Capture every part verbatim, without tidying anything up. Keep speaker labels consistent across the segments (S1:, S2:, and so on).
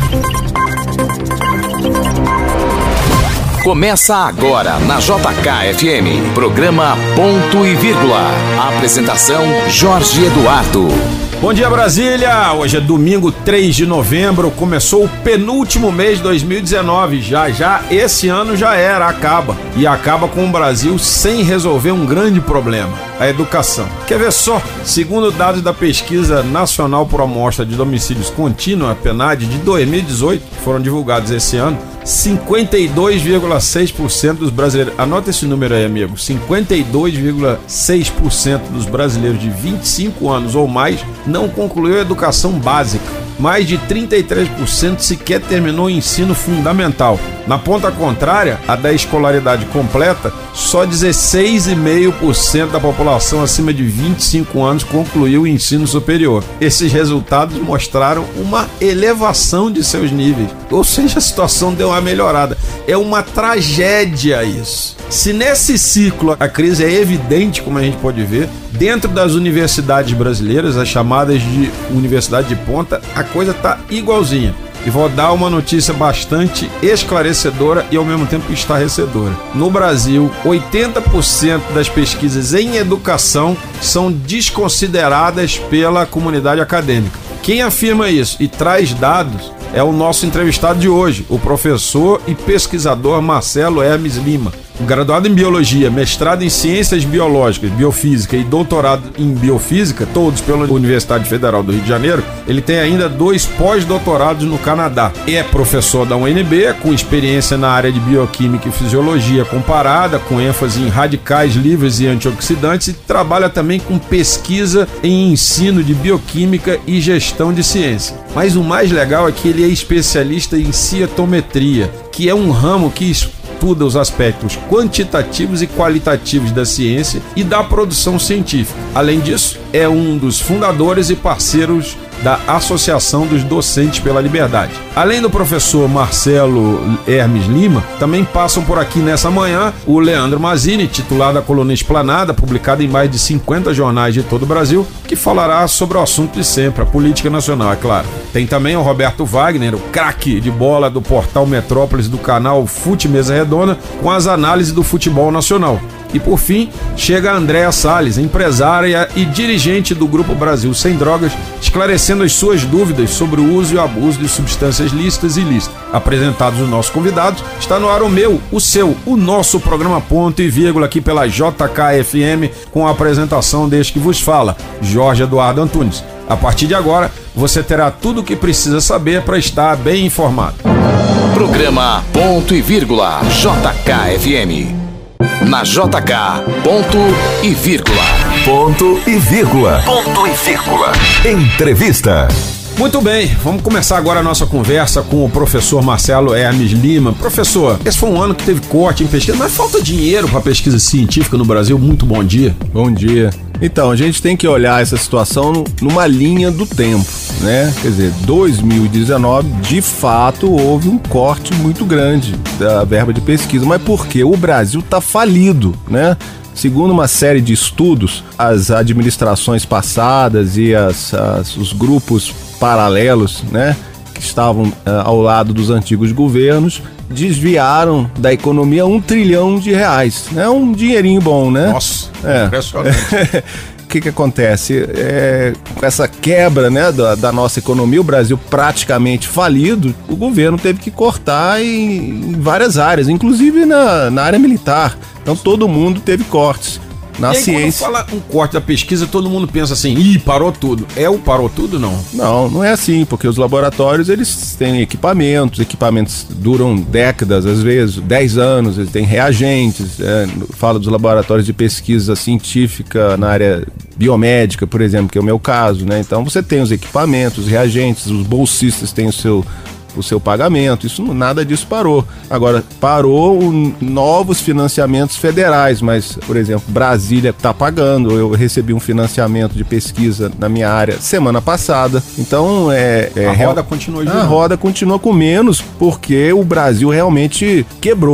S1: Começa agora na J K F M, programa Ponto e Vírgula. Apresentação Jorge Eduardo.
S2: Bom dia, Brasília! Hoje é domingo, três de novembro, começou o penúltimo mês de dois mil e dezenove, já já esse ano já era, acaba. E acaba com o Brasil sem resolver um grande problema, a educação. Quer ver só? Segundo dados da Pesquisa Nacional por Amostra de Domicílios Contínua, a PNAD, de dois mil e dezoito, que foram divulgados esse ano, cinquenta e dois vírgula seis por cento dos brasileiros, anota esse número aí, amigo, cinquenta e dois vírgula seis por cento dos brasileiros de vinte e cinco anos ou mais não concluiu a educação básica. Mais de trinta e três por cento sequer terminou o ensino fundamental. Na ponta contrária, a da escolaridade completa, só dezesseis vírgula cinco por cento da população acima de vinte e cinco anos concluiu o ensino superior. Esses resultados mostraram uma elevação de seus níveis, ou seja, a situação deu uma melhorada. É uma tragédia isso. Se nesse ciclo a crise é evidente, como a gente pode ver, dentro das universidades brasileiras, as chamadas de universidade de ponta, a coisa está igualzinha. E vou dar uma notícia bastante esclarecedora e ao mesmo tempo estarrecedora. No Brasil, oitenta por cento das pesquisas em educação são desconsideradas pela comunidade acadêmica. Quem afirma isso e traz dados é o nosso entrevistado de hoje, o professor e pesquisador Marcelo Hermes Lima. Graduado em Biologia, mestrado em Ciências Biológicas, Biofísica e doutorado em Biofísica, todos pela Universidade Federal do Rio de Janeiro, ele tem ainda dois pós-doutorados no Canadá. É professor da U N B, com experiência na área de Bioquímica e Fisiologia comparada, com ênfase em radicais livres e antioxidantes, e trabalha também com pesquisa em ensino de Bioquímica e gestão de ciência. Mas o mais legal é que ele é especialista em cietometria, que é um ramo que estuda os aspectos quantitativos e qualitativos da ciência e da produção científica. Além disso, é um dos fundadores e parceiros da Associação dos Docentes pela Liberdade. Além do professor Marcelo Hermes Lima, também passam por aqui nessa manhã o Leandro Mazzini, titular da coluna Esplanada, publicada em mais de cinquenta jornais de todo o Brasil, que falará sobre o assunto de sempre, a política nacional, é claro. Tem também o Roberto Wagner, o craque de bola do portal Metrópolis do canal Fute Mesa Redonda, com as análises do futebol nacional. E por fim, chega a Andréa Salles, empresária e dirigente do Grupo Brasil Sem Drogas, esclarecendo as suas dúvidas sobre o uso e o abuso de substâncias lícitas e ilícitas. Apresentados os nossos convidados, está no ar o meu, o seu, o nosso programa Ponto e Vírgula aqui pela J K F M, com a apresentação deste que vos fala, Jorge Eduardo Antunes. A partir de agora, você terá tudo o que precisa saber para estar bem informado.
S1: Programa Ponto e Vírgula, J K F M. Na J K, ponto e vírgula.
S3: Ponto e vírgula. Ponto e vírgula. Entrevista.
S2: Muito bem, vamos começar agora a nossa conversa com o professor Marcelo Hermes Lima. Professor, esse foi um ano que teve corte em pesquisa, mas falta dinheiro para pesquisa científica no Brasil. Muito bom dia.
S4: Bom dia. Então, a gente tem que olhar essa situação numa linha do tempo, né? Quer dizer, dois mil e dezenove, de fato, houve um corte muito grande da verba de pesquisa. Mas por quê? O Brasil está falido, né? Segundo uma série de estudos, as administrações passadas e as, as, os grupos paralelos, né, que estavam uh, ao lado dos antigos governos, desviaram da economia um trilhão de reais. É né? Um dinheirinho bom, né?
S2: Nossa, é. Impressionante.
S4: O que que acontece? É, com essa quebra, né, da, da nossa economia, o Brasil praticamente falido, o governo teve que cortar em, em várias áreas, inclusive na, na área militar. Então todo mundo teve cortes. Na
S2: e aí,
S4: ciência.
S2: Quando fala um corte da pesquisa, todo mundo pensa assim, ih, parou tudo. É o parou tudo, não?
S4: Não, não é assim, porque os laboratórios, eles têm equipamentos, equipamentos duram décadas, às vezes, dez anos, eles têm reagentes, é, fala dos laboratórios de pesquisa científica na área biomédica, por exemplo, que é o meu caso, né? Então você tem os equipamentos, os reagentes, os bolsistas têm o seu... o seu pagamento, isso nada disso parou. Agora, parou o, novos financiamentos federais, mas, por exemplo, Brasília está pagando, eu recebi um financiamento de pesquisa na minha área semana passada, então é... é
S2: a roda continua girando.
S4: A roda continua com menos, porque o Brasil realmente quebrou.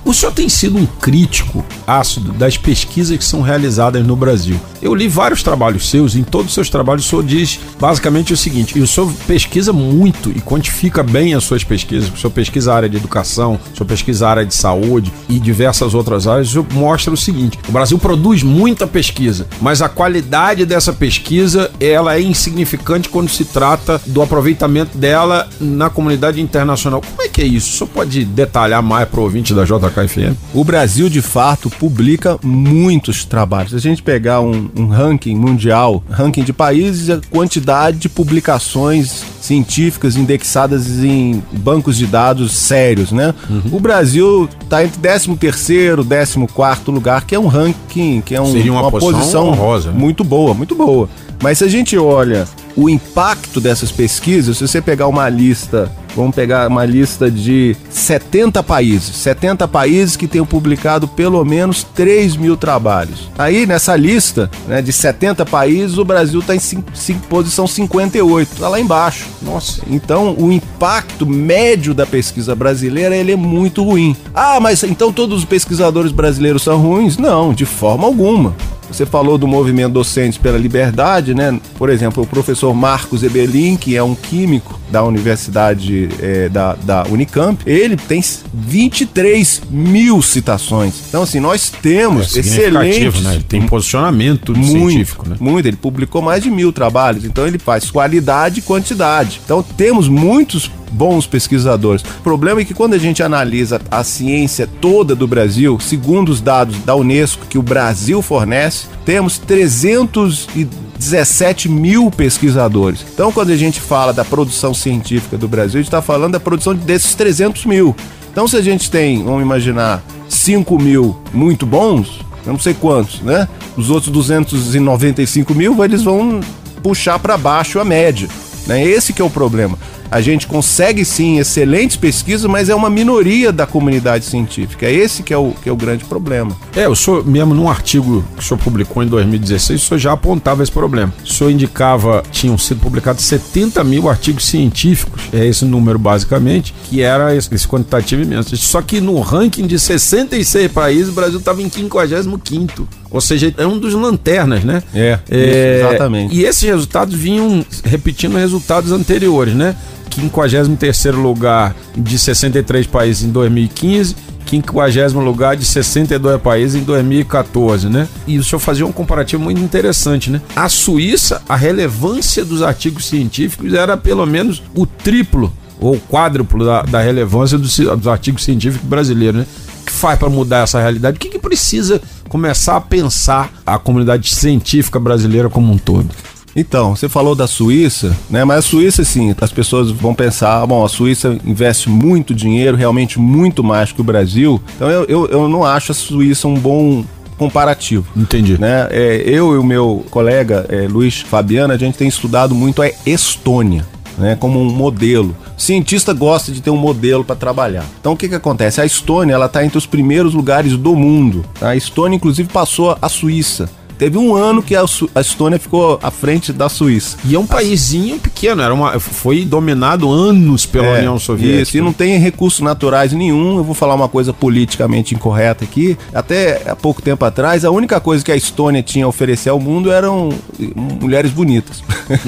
S2: O senhor tem sido um crítico ácido das pesquisas que são realizadas no Brasil. Eu li vários trabalhos seus, em todos os seus trabalhos o senhor diz basicamente o seguinte, e o senhor pesquisa muito e quantifica bem as suas pesquisas, o senhor pesquisa a área de educação, o senhor pesquisa a área de saúde e diversas outras áreas, o senhor mostra o seguinte, o Brasil produz muita pesquisa, mas a qualidade dessa pesquisa, ela é insignificante quando se trata do aproveitamento dela na comunidade internacional. Como é que é isso? O senhor pode detalhar mais para o ouvinte da J K F M?
S4: O Brasil, de fato, publica muitos trabalhos. Se a gente pegar um, um ranking mundial, ranking de países, a quantidade de publicações científicas indexadas em bancos de dados sérios, né? Uhum. O Brasil está entre décimo terceiro, décimo quarto lugar, que é um ranking, que é um,
S2: Seria uma, uma posição, posição honrosa, né?
S4: Muito boa, muito boa. Mas se a gente olha o impacto dessas pesquisas, se você pegar uma lista, vamos pegar uma lista de setenta países, setenta países que tenham publicado pelo menos três mil trabalhos. Aí nessa lista, né, de setenta países, o Brasil está em cinco, cinco, posição cinquenta e oito, está lá embaixo.
S2: Nossa.
S4: Então o impacto médio da pesquisa brasileira, ele é muito ruim. Ah, mas então todos os pesquisadores brasileiros são ruins? Não, de forma alguma. Você falou do movimento Docentes pela Liberdade, né? Por exemplo, o professor Marcos Ebelin, que é um químico da Universidade é, da, da Unicamp, ele tem vinte e três mil citações. Então, assim, nós temos é excelentes...
S2: Né? Ele tem posicionamento
S4: muito,
S2: científico, né?
S4: Muito, ele publicou mais de mil trabalhos, então ele faz qualidade e quantidade. Então, temos muitos bons pesquisadores. O problema é que quando a gente analisa a ciência toda do Brasil, segundo os dados da Unesco que o Brasil fornece, temos trezentos e dezessete mil pesquisadores. Então, quando a gente fala da produção científica do Brasil, a gente está falando da produção desses trezentos mil. Então, se a gente tem, vamos imaginar, cinco mil muito bons, eu não sei quantos, né? Os outros duzentos e noventa e cinco mil, eles vão puxar para baixo a média, né? Esse que é o problema. A gente consegue sim excelentes pesquisas, mas é uma minoria da comunidade científica. É esse que é o, que é o grande problema.
S2: É, o senhor mesmo num artigo que o senhor publicou em dois mil e dezesseis, o senhor já apontava esse problema. O senhor indicava, tinham sido publicados setenta mil artigos científicos, é esse número basicamente, que era esse, esse quantitativo imenso. Só que no ranking de sessenta e seis países, o Brasil estava em quinquagésimo quinto. Ou seja, é um dos lanternas, né?
S4: É,
S2: é
S4: isso, exatamente.
S2: E esses resultados vinham repetindo resultados anteriores, né? quinquagésimo terceiro lugar de sessenta e três países em dois mil e quinze, quinquagésimo lugar de sessenta e dois países em dois mil e quatorze, né? E o senhor fazia um comparativo muito interessante, né? A Suíça, a relevância dos artigos científicos era pelo menos o triplo ou quádruplo da, da relevância dos, dos artigos científicos brasileiros, né? O que faz para mudar essa realidade? O que, que precisa começar a pensar a comunidade científica brasileira como um todo?
S4: Então, você falou da Suíça, né? Mas a Suíça, sim, as pessoas vão pensar, bom, a Suíça investe muito dinheiro, realmente muito mais que o Brasil. Então eu, eu, eu não acho a Suíça um bom comparativo.
S2: Entendi.
S4: Né? É, eu e o meu colega é, Luiz Fabiano, a gente tem estudado muito a Estônia, né, como um modelo. O cientista gosta de ter um modelo para trabalhar. Então o que que acontece? A Estônia, ela está entre os primeiros lugares do mundo. Tá? A Estônia, inclusive, passou a Suíça. Teve um ano que a, a Estônia ficou à frente da Suíça.
S2: E é um paísinho pequeno, era uma, foi dominado anos pela é, União Soviética.
S4: Isso, e não tem recursos naturais nenhum. Eu vou falar uma coisa politicamente incorreta aqui. Até há pouco tempo atrás, a única coisa que a Estônia tinha a oferecer ao mundo eram mulheres bonitas.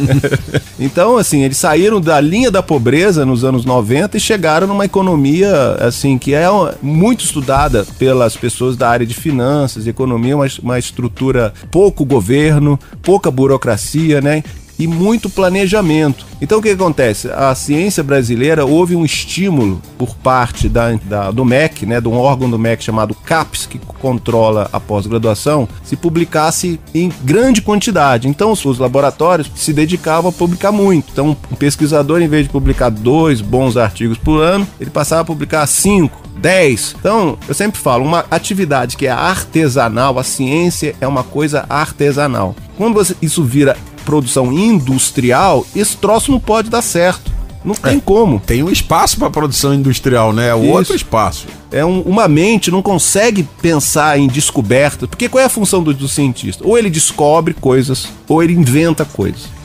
S4: Então, assim, eles saíram da linha da pobreza nos anos noventa e chegaram numa economia, assim, que é muito estudada pelas pessoas da área de finanças, de economia, uma, uma estrutura pouco governo, pouca burocracia, né? E muito planejamento. Então o que acontece? A ciência brasileira, houve um estímulo por parte da, da, do M E C, né, de um órgão do M E C chamado CAPES, que controla a pós-graduação, se publicasse em grande quantidade. Então os, os laboratórios se dedicavam a publicar muito. Então um pesquisador, em vez de publicar dois bons artigos por ano, ele passava a publicar cinco, dez. Então, eu sempre falo, uma atividade que é artesanal, a ciência é uma coisa artesanal. Quando você, isso vira produção industrial, esse troço não pode dar certo. Não tem é, como.
S2: Tem um espaço para produção industrial, né? É outro espaço.
S4: É um, uma mente não consegue pensar em descoberta. Porque qual é a função do, do cientista? Ou ele descobre coisas, ou ele inventa coisas.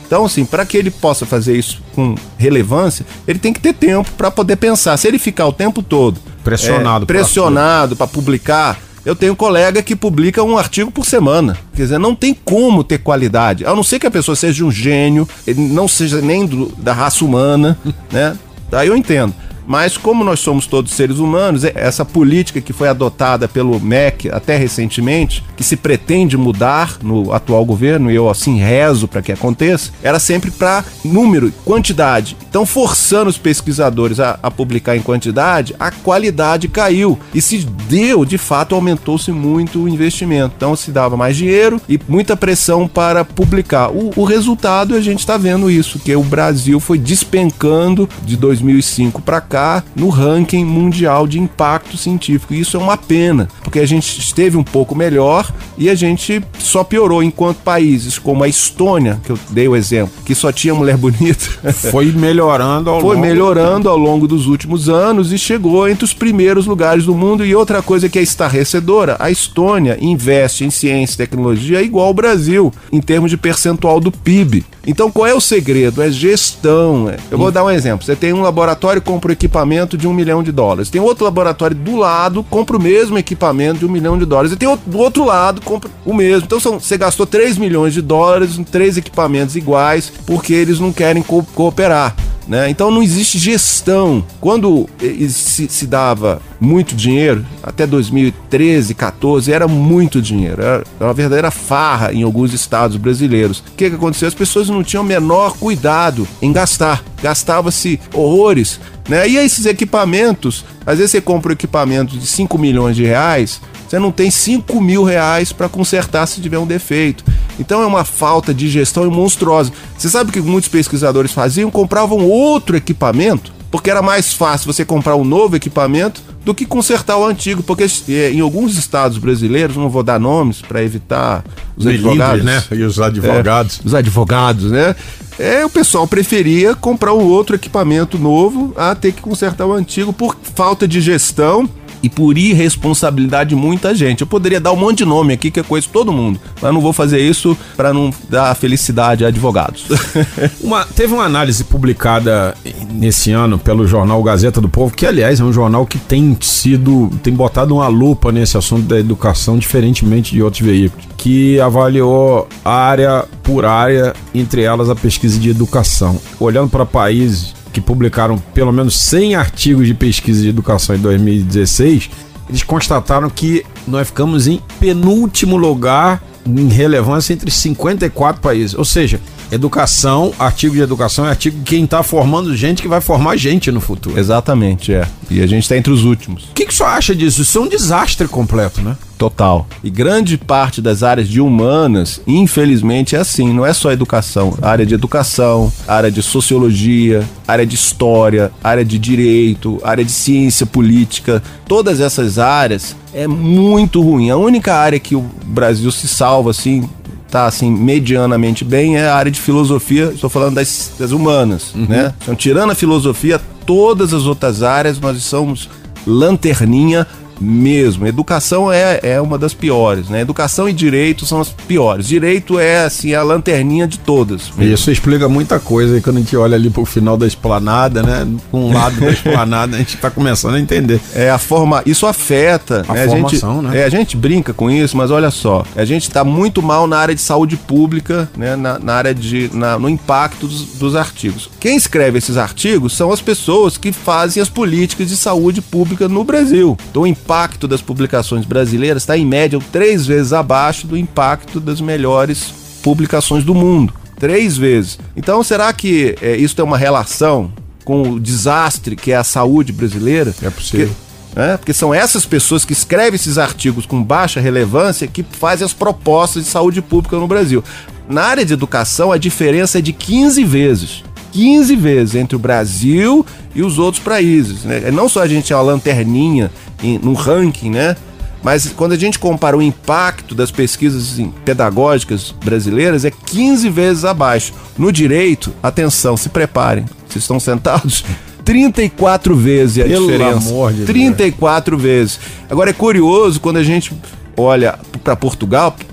S4: Então, assim, para que ele possa fazer isso com relevância, ele tem que ter tempo para poder pensar. Se ele ficar o tempo todo
S2: pressionado,
S4: é, pressionado para publicar, eu tenho um colega que publica um artigo por semana. Quer dizer, não tem como ter qualidade. A não ser que a pessoa seja um gênio, ele não seja nem do, da raça humana, né? Aí eu entendo. Mas como nós somos todos seres humanos, essa política que foi adotada pelo M E C até recentemente, que se pretende mudar no atual governo, e eu assim rezo para que aconteça, era sempre para número, quantidade. Então, forçando os pesquisadores a, a publicar em quantidade, a qualidade caiu. E se deu, de fato, aumentou-se muito o investimento. Então, se dava mais dinheiro e muita pressão para publicar. O, o resultado, a gente está vendo isso, que o Brasil foi despencando de dois mil e cinco para cá no ranking mundial de impacto científico. E isso é uma pena, porque a gente esteve um pouco melhor e a gente só piorou, enquanto países como a Estônia, que eu dei o exemplo, que só tinha mulher bonita,
S2: foi melhorando ao
S4: foi
S2: longo
S4: melhorando ao longo dos últimos anos e chegou entre os primeiros lugares do mundo. E outra coisa que é estarrecedora, a Estônia investe em ciência e tecnologia igual ao Brasil, em termos de percentual do P I B. Então, qual é o segredo? É gestão. Eu vou dar um exemplo. Você tem um laboratório que compra um equipamento de um milhão de dólares. Tem outro laboratório do lado, compra o mesmo equipamento de um milhão de dólares. E tem outro do outro lado, compra o mesmo. Então, são, você gastou três milhões de dólares em três equipamentos iguais, porque eles não querem co- cooperar. Né? Então não existe gestão. Quando se, se dava muito dinheiro, até dois mil e treze, quatorze, era muito dinheiro. Era uma verdadeira farra em alguns estados brasileiros. O que, que aconteceu? As pessoas não tinham o menor cuidado em gastar. Gastava-se horrores. Né? E esses equipamentos, às vezes você compra um equipamento de cinco milhões de reais, você não tem cinco mil reais para consertar se tiver um defeito. Então é uma falta de gestão monstruosa. Você sabe o que muitos pesquisadores faziam? Compravam outro equipamento, porque era mais fácil você comprar um novo equipamento do que consertar o antigo, porque em alguns estados brasileiros, não vou dar nomes para evitar os
S2: Melindres,
S4: advogados,
S2: né? E os advogados.
S4: É, os advogados, né? É, o pessoal preferia comprar um outro equipamento novo a ter que consertar o antigo por falta de gestão e por irresponsabilidade de muita gente. Eu poderia dar um monte de nome aqui, que é coisa de todo mundo, mas não vou fazer isso para não dar felicidade a advogados.
S2: Uma, teve uma análise publicada nesse ano pelo jornal Gazeta do Povo, que aliás é um jornal que tem sido, tem botado uma lupa nesse assunto da educação, diferentemente de outros veículos, que avaliou área por área, entre elas a pesquisa de educação. Olhando para países que publicaram pelo menos cem artigos de pesquisa de educação em dois mil e dezesseis, eles constataram que nós ficamos em penúltimo lugar em relevância entre cinquenta e quatro países. Ou seja, educação, artigo de educação é artigo de quem está formando gente que vai formar gente no futuro.
S4: Exatamente, é. E a gente está entre os últimos.
S2: O que, que o senhor acha disso? Isso é um desastre completo, né?
S4: Total. E grande parte das áreas de humanas, infelizmente, é assim. Não é só educação. A área de educação, a área de sociologia, a área de história, a área de direito, a área de ciência política. Todas essas áreas é muito ruim. A única área que o Brasil se salva, assim, tá assim, medianamente bem, é a área de filosofia. Estou falando das, das humanas, uhum. né? Então, tirando a filosofia, todas as outras áreas nós somos lanterninha mesmo. Educação é, é uma das piores, né? Educação e direito são as piores. Direito é, assim, a lanterninha de todas. Mesmo.
S2: Isso explica muita coisa aí quando a gente olha ali pro final da esplanada, né? Um lado da esplanada a gente tá começando a entender.
S4: É a forma... Isso afeta...
S2: A
S4: né?
S2: formação,
S4: a gente,
S2: né?
S4: É, a gente brinca com isso, mas olha só. A gente tá muito mal na área de saúde pública, né? Na, na área de... Na, no impacto dos, dos artigos. Quem escreve esses artigos são as pessoas que fazem as políticas de saúde pública no Brasil. Então, o impacto das publicações brasileiras está em média três vezes abaixo do impacto das melhores publicações do mundo. Três vezes. Então, será que é, isso tem uma relação com o desastre que é a saúde brasileira?
S2: É possível.
S4: Porque, é, porque são essas pessoas que escrevem esses artigos com baixa relevância que fazem as propostas de saúde pública no Brasil. Na área de educação, a diferença é de quinze vezes. quinze vezes entre o Brasil e os outros países, né? Não só a gente é uma lanterninha em, no ranking, né? Mas quando a gente compara o impacto das pesquisas assim, pedagógicas brasileiras, é quinze vezes abaixo. No direito, atenção, se preparem, vocês estão sentados? trinta e quatro vezes a
S2: Pelo
S4: diferença.
S2: Amor de
S4: trinta e quatro
S2: Deus.
S4: vezes. Agora é curioso quando a gente olha para Portugal.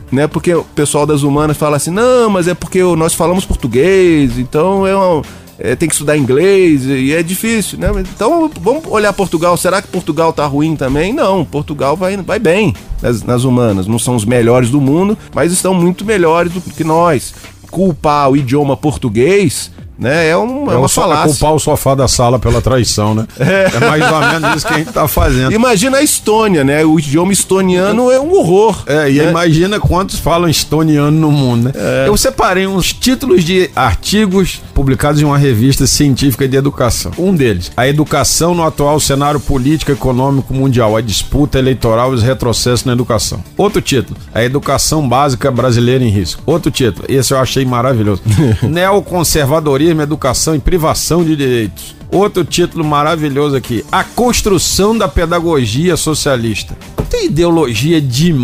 S4: né? Porque o pessoal das humanas fala assim, não, mas é porque nós falamos português, então é uma... É, tem que estudar inglês e é difícil, né? Então vamos olhar Portugal. Será que Portugal tá ruim também? Não, Portugal vai, vai bem nas, nas humanas. Não são os melhores do mundo, mas estão muito melhores do que nós. Culpar o idioma português, né? É, um, é, é uma falácia.
S2: É culpar o sofá da sala pela traição, né? É. é mais ou menos isso que a gente tá fazendo.
S4: Imagina a Estônia, né? O idioma estoniano é um horror.
S2: É, e
S4: né?
S2: Imagina quantos falam estoniano no mundo, né? É. Eu separei uns títulos de artigos publicados em uma revista científica de educação. Um deles, a educação no atual cenário político e econômico mundial, a disputa eleitoral e os retrocessos na educação. Outro título, a educação básica brasileira em risco. Outro título, esse eu achei maravilhoso. Neoconservadorismo, educação e privação de direitos. Outro título maravilhoso aqui, a construção da pedagogia socialista. Tem ideologia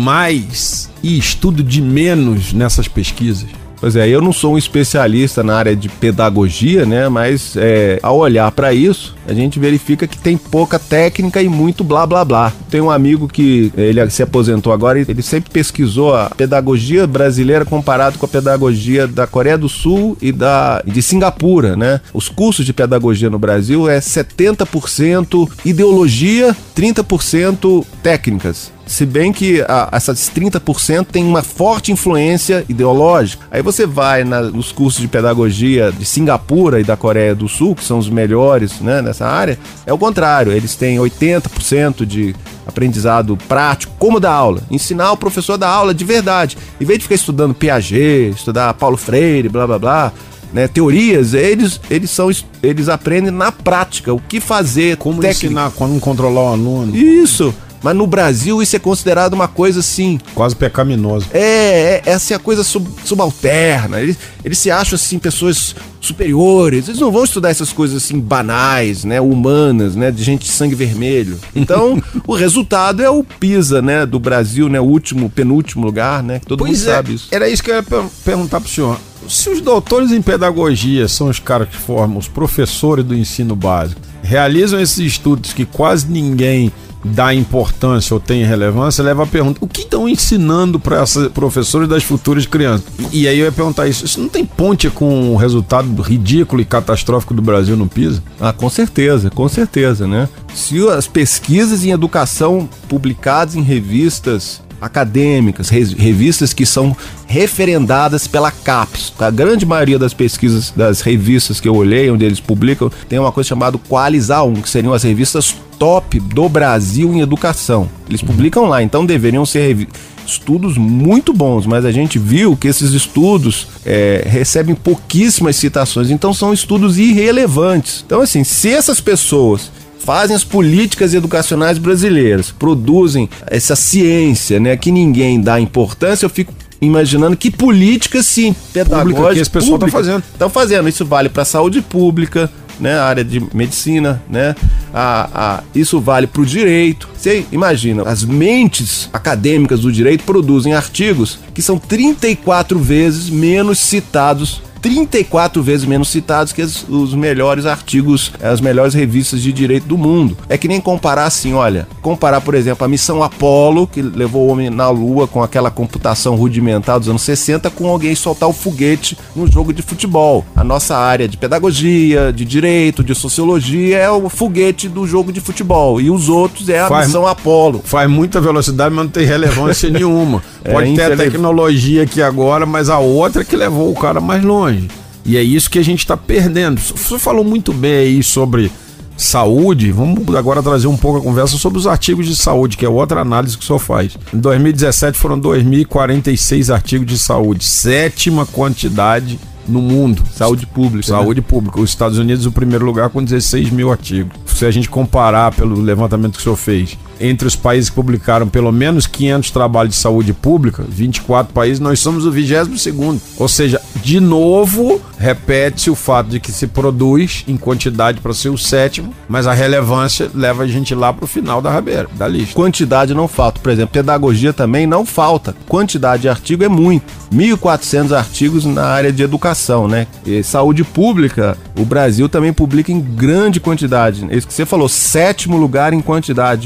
S2: demais e estudo de menos nessas pesquisas.
S4: Pois é, eu não sou um especialista na área de pedagogia, né? Mas é, ao olhar para isso, a gente verifica que tem pouca técnica e muito blá blá blá. Tem um amigo que ele se aposentou agora e ele sempre pesquisou a pedagogia brasileira comparado com a pedagogia da Coreia do Sul e da, de Singapura, né? Os cursos de pedagogia no Brasil é setenta por cento ideologia, trinta por cento técnicas. Se bem que a, essas trinta por cento tem uma forte influência ideológica. Aí você vai na, nos cursos de pedagogia de Singapura e da Coreia do Sul, que são os melhores, né, nessa área, é o contrário. Eles têm oitenta por cento de aprendizado prático, como da aula. Ensinar o professor da aula de verdade. Em vez de ficar estudando Piaget, estudar Paulo Freire, blá blá blá, né, teorias, eles, eles, são, eles aprendem na prática o que fazer.
S2: Como
S4: técnica.
S2: Ensinar, como controlar o aluno.
S4: Isso. Mas no Brasil isso é considerado uma coisa assim...
S2: Quase pecaminosa.
S4: É, é essa é a coisa sub, subalterna. Eles, eles se acham assim pessoas superiores. Eles não vão estudar essas coisas assim banais, né, humanas, né, de gente de sangue vermelho. Então, o resultado é o PISA, né, do Brasil, né, o último, penúltimo lugar, né, que todo
S2: pois
S4: mundo
S2: é,
S4: sabe isso.
S2: Era isso que eu ia per- perguntar pro senhor. Se os doutores em pedagogia são os caras que formam os professores do ensino básico, realizam esses estudos que quase ninguém dá importância ou tem relevância, leva a pergunta, o que estão ensinando para esses professores das futuras crianças? E, e aí eu ia perguntar isso, isso não tem ponte com o resultado ridículo e catastrófico do Brasil no PISA?
S4: Ah, com certeza, com certeza, né? Se as pesquisas em educação publicadas em revistas acadêmicas, revistas que são referendadas pela CAPES. A grande maioria das pesquisas das revistas que eu olhei, onde eles publicam, tem uma coisa chamada Qualis A um, que seriam as revistas top do Brasil em educação. Eles publicam lá, então deveriam ser revi- estudos muito bons, mas a gente viu que esses estudos é, recebem pouquíssimas citações, então são estudos irrelevantes. Então, assim, se essas pessoas fazem as políticas educacionais brasileiras, produzem essa ciência, né, que ninguém dá importância, eu fico imaginando que políticas, sim, pedagógicas,
S2: que esse pessoal está fazendo.
S4: Estão fazendo. Isso vale para a saúde pública, né, a área de medicina, né, a, a, isso vale para o direito. Você imagina, as mentes acadêmicas do direito produzem artigos que são trinta e quatro vezes menos citados trinta e quatro vezes menos citados que as, os melhores artigos, as melhores revistas de direito do mundo. É que nem comparar assim, olha, comparar, por exemplo, a missão Apollo, que levou o homem na Lua com aquela computação rudimentar dos anos sessenta, com alguém soltar o foguete num jogo de futebol. A nossa área de pedagogia, de direito, de sociologia é o foguete do jogo de futebol, e os outros é a faz, missão Apollo.
S2: Faz muita velocidade, mas não tem relevância nenhuma. Pode é, ter a tecnologia aqui agora, mas a outra que levou o cara mais longe. E é isso que a gente está perdendo. O senhor falou muito bem aí sobre saúde. Vamos agora trazer um pouco a conversa sobre os artigos de saúde, que é outra análise que o senhor faz. Em dois mil e dezessete foram dois mil e quarenta e seis artigos de saúde, sétima quantidade no mundo.
S4: Saúde pública.
S2: Saúde
S4: né?
S2: pública. Os Estados Unidos, o primeiro lugar, com dezesseis mil artigos. Se a gente comparar pelo levantamento que o senhor fez, entre os países que publicaram pelo menos quinhentos trabalhos de saúde pública, vinte e quatro países, nós somos o vigésimo segundo. Ou seja, de novo, repete-se o fato de que se produz em quantidade para ser o sétimo, mas a relevância leva a gente lá para o final da rabeira, da lista.
S4: Quantidade não falta. Por exemplo, pedagogia também não falta. Quantidade de artigo é muito. mil e quatrocentos artigos na área de educação, né? E saúde pública, o Brasil também publica em grande quantidade. Isso que você falou, sétimo lugar em quantidade. É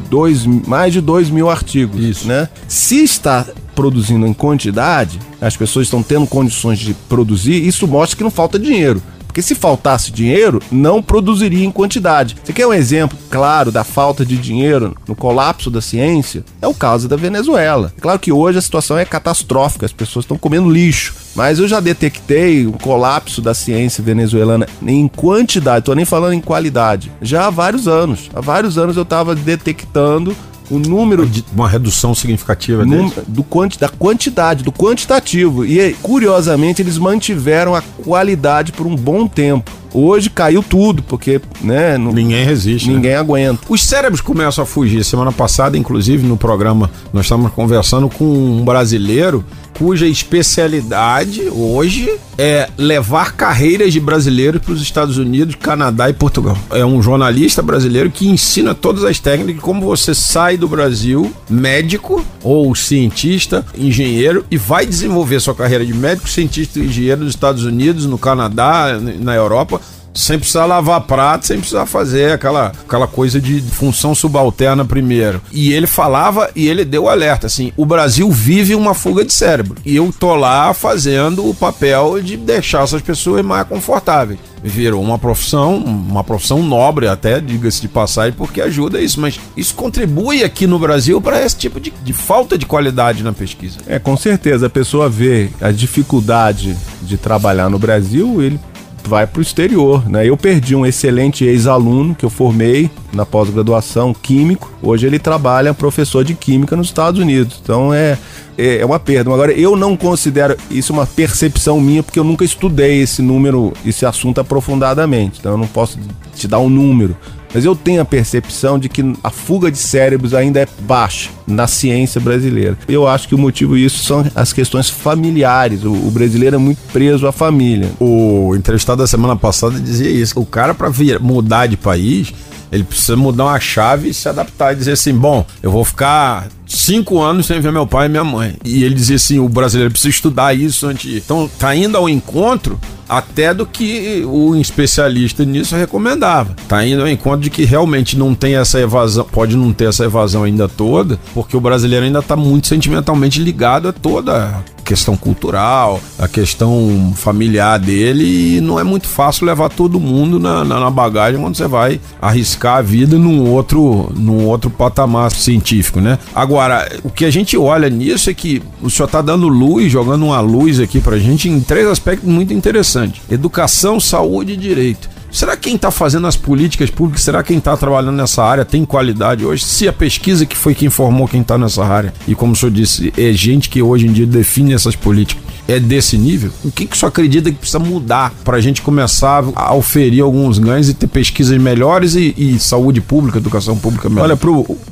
S4: dois, mais de dois mil artigos. Isso. Né? Se está produzindo em quantidade, as pessoas estão tendo condições de produzir, isso mostra que não falta dinheiro. Porque se faltasse dinheiro, não produziria em quantidade. Você quer um exemplo claro da falta de dinheiro no colapso da ciência? É o caso da Venezuela. Claro que hoje a situação é catastrófica, as pessoas estão comendo lixo. Mas eu já detectei um colapso da ciência venezuelana em quantidade, estou nem falando em qualidade, já há vários anos. Há vários anos eu estava detectando o número
S2: de uma redução significativa
S4: num, do quanti, da quantidade, do quantitativo. E, curiosamente, eles mantiveram a qualidade por um bom tempo. Hoje caiu tudo, porque, né, não,
S2: ninguém resiste,
S4: ninguém
S2: né?
S4: aguenta.
S2: Os cérebros começam a fugir. Semana passada, inclusive, no programa, nós estávamos conversando com um brasileiro cuja especialidade hoje é levar carreiras de brasileiros para os Estados Unidos, Canadá e Portugal. É um jornalista brasileiro que ensina todas as técnicas de como você sai do Brasil, médico ou cientista, engenheiro, e vai desenvolver sua carreira de médico, cientista e engenheiro nos Estados Unidos, no Canadá, na Europa, sem precisar lavar prato, sem precisar fazer aquela, aquela coisa de função subalterna primeiro. E ele falava e ele deu alerta, assim, o Brasil vive uma fuga de cérebro. E eu tô lá fazendo o papel de deixar essas pessoas mais confortáveis. Virou uma profissão, uma profissão nobre até, diga-se de passagem, porque ajuda isso. Mas isso contribui aqui no Brasil para esse tipo de, de falta de qualidade na pesquisa.
S4: É, com certeza. A pessoa vê a dificuldade de trabalhar no Brasil, ele vai para o exterior, né? Eu perdi um excelente ex-aluno que eu formei na pós-graduação, químico. Hoje ele trabalha professor de química nos Estados Unidos. Então é, é, é uma perda. Agora, eu não considero isso uma percepção minha, porque eu nunca estudei esse número, esse assunto aprofundadamente. Então eu não posso te dar um número. Mas eu tenho a percepção de que a fuga de cérebros ainda é baixa na ciência brasileira. Eu acho que o motivo disso são as questões familiares. O, o brasileiro é muito preso à família.
S2: O entrevistado da semana passada dizia isso. O cara, para mudar de país, ele precisa mudar uma chave e se adaptar e dizer assim, bom, eu vou ficar cinco anos sem ver meu pai e minha mãe. E ele dizia assim, o brasileiro precisa estudar isso antes de... Então tá indo ao encontro até do que o especialista nisso recomendava. Tá indo ao encontro de que realmente não tem essa evasão, pode não ter essa evasão ainda toda, porque o brasileiro ainda tá muito sentimentalmente ligado a toda a questão cultural, a questão familiar dele, e não é muito fácil levar todo mundo na, na, na bagagem quando você vai arriscar a vida num outro, num outro patamar científico, né? Agora, o que a gente olha nisso é que o senhor tá dando luz, jogando uma luz aqui pra gente em três aspectos muito interessantes. Educação, saúde e direito. Será que quem está fazendo as políticas públicas, será que quem está trabalhando nessa área tem qualidade hoje? Se a pesquisa que foi quem formou quem está nessa área, e como o senhor disse, é gente que hoje em dia define essas políticas, é desse nível? O que, que o senhor acredita que precisa mudar para a gente começar a oferir alguns ganhos e ter pesquisas melhores e, e saúde pública, educação pública melhor?
S4: Olha, para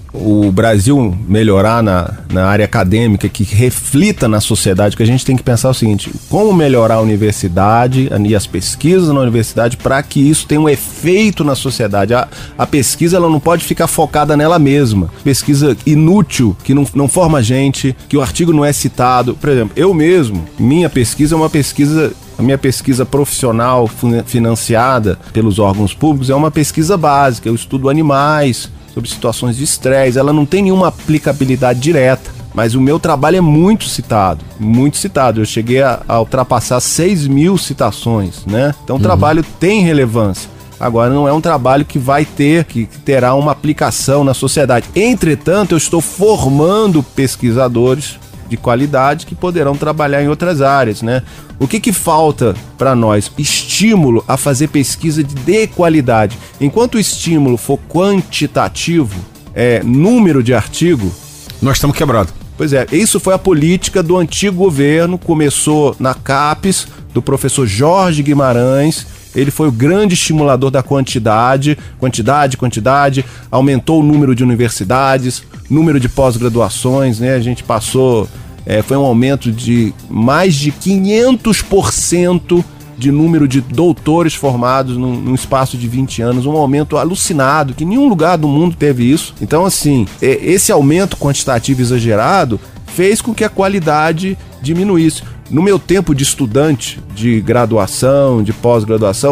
S4: o Brasil melhorar na, na área acadêmica, que reflita na sociedade, que a gente tem que pensar o seguinte, como melhorar a universidade e as pesquisas na universidade para que isso tenha um efeito na sociedade. A, a pesquisa ela não pode ficar focada nela mesma. Pesquisa inútil, que não, não forma gente, que o artigo não é citado. Por exemplo, eu mesmo, minha pesquisa é uma pesquisa... A minha pesquisa profissional financiada pelos órgãos públicos é uma pesquisa básica. Eu estudo animais, sobre situações de estresse. Ela não tem nenhuma aplicabilidade direta, mas o meu trabalho é muito citado, muito citado. Eu cheguei a, a ultrapassar seis mil citações, né? Então o trabalho tem relevância. Agora, não é um trabalho que vai ter, que terá uma aplicação na sociedade. Entretanto, eu estou formando pesquisadores de qualidade que poderão trabalhar em outras áreas, né? O que que falta para nós? Estímulo a fazer pesquisa de, de qualidade. Enquanto o estímulo for quantitativo, é, número de artigo...
S2: Nós estamos quebrados.
S4: Pois é, isso foi a política do antigo governo, começou na CAPES, do professor Jorge Guimarães. Ele foi o grande estimulador da quantidade, quantidade, quantidade, aumentou o número de universidades, número de pós-graduações, né? A gente passou, é, foi um aumento de mais de quinhentos por cento de número de doutores formados num, num espaço de vinte anos, um aumento alucinado, que nenhum lugar do mundo teve isso. Então, assim, é, esse aumento quantitativo exagerado fez com que a qualidade diminuísse. No meu tempo de estudante de graduação, de pós-graduação,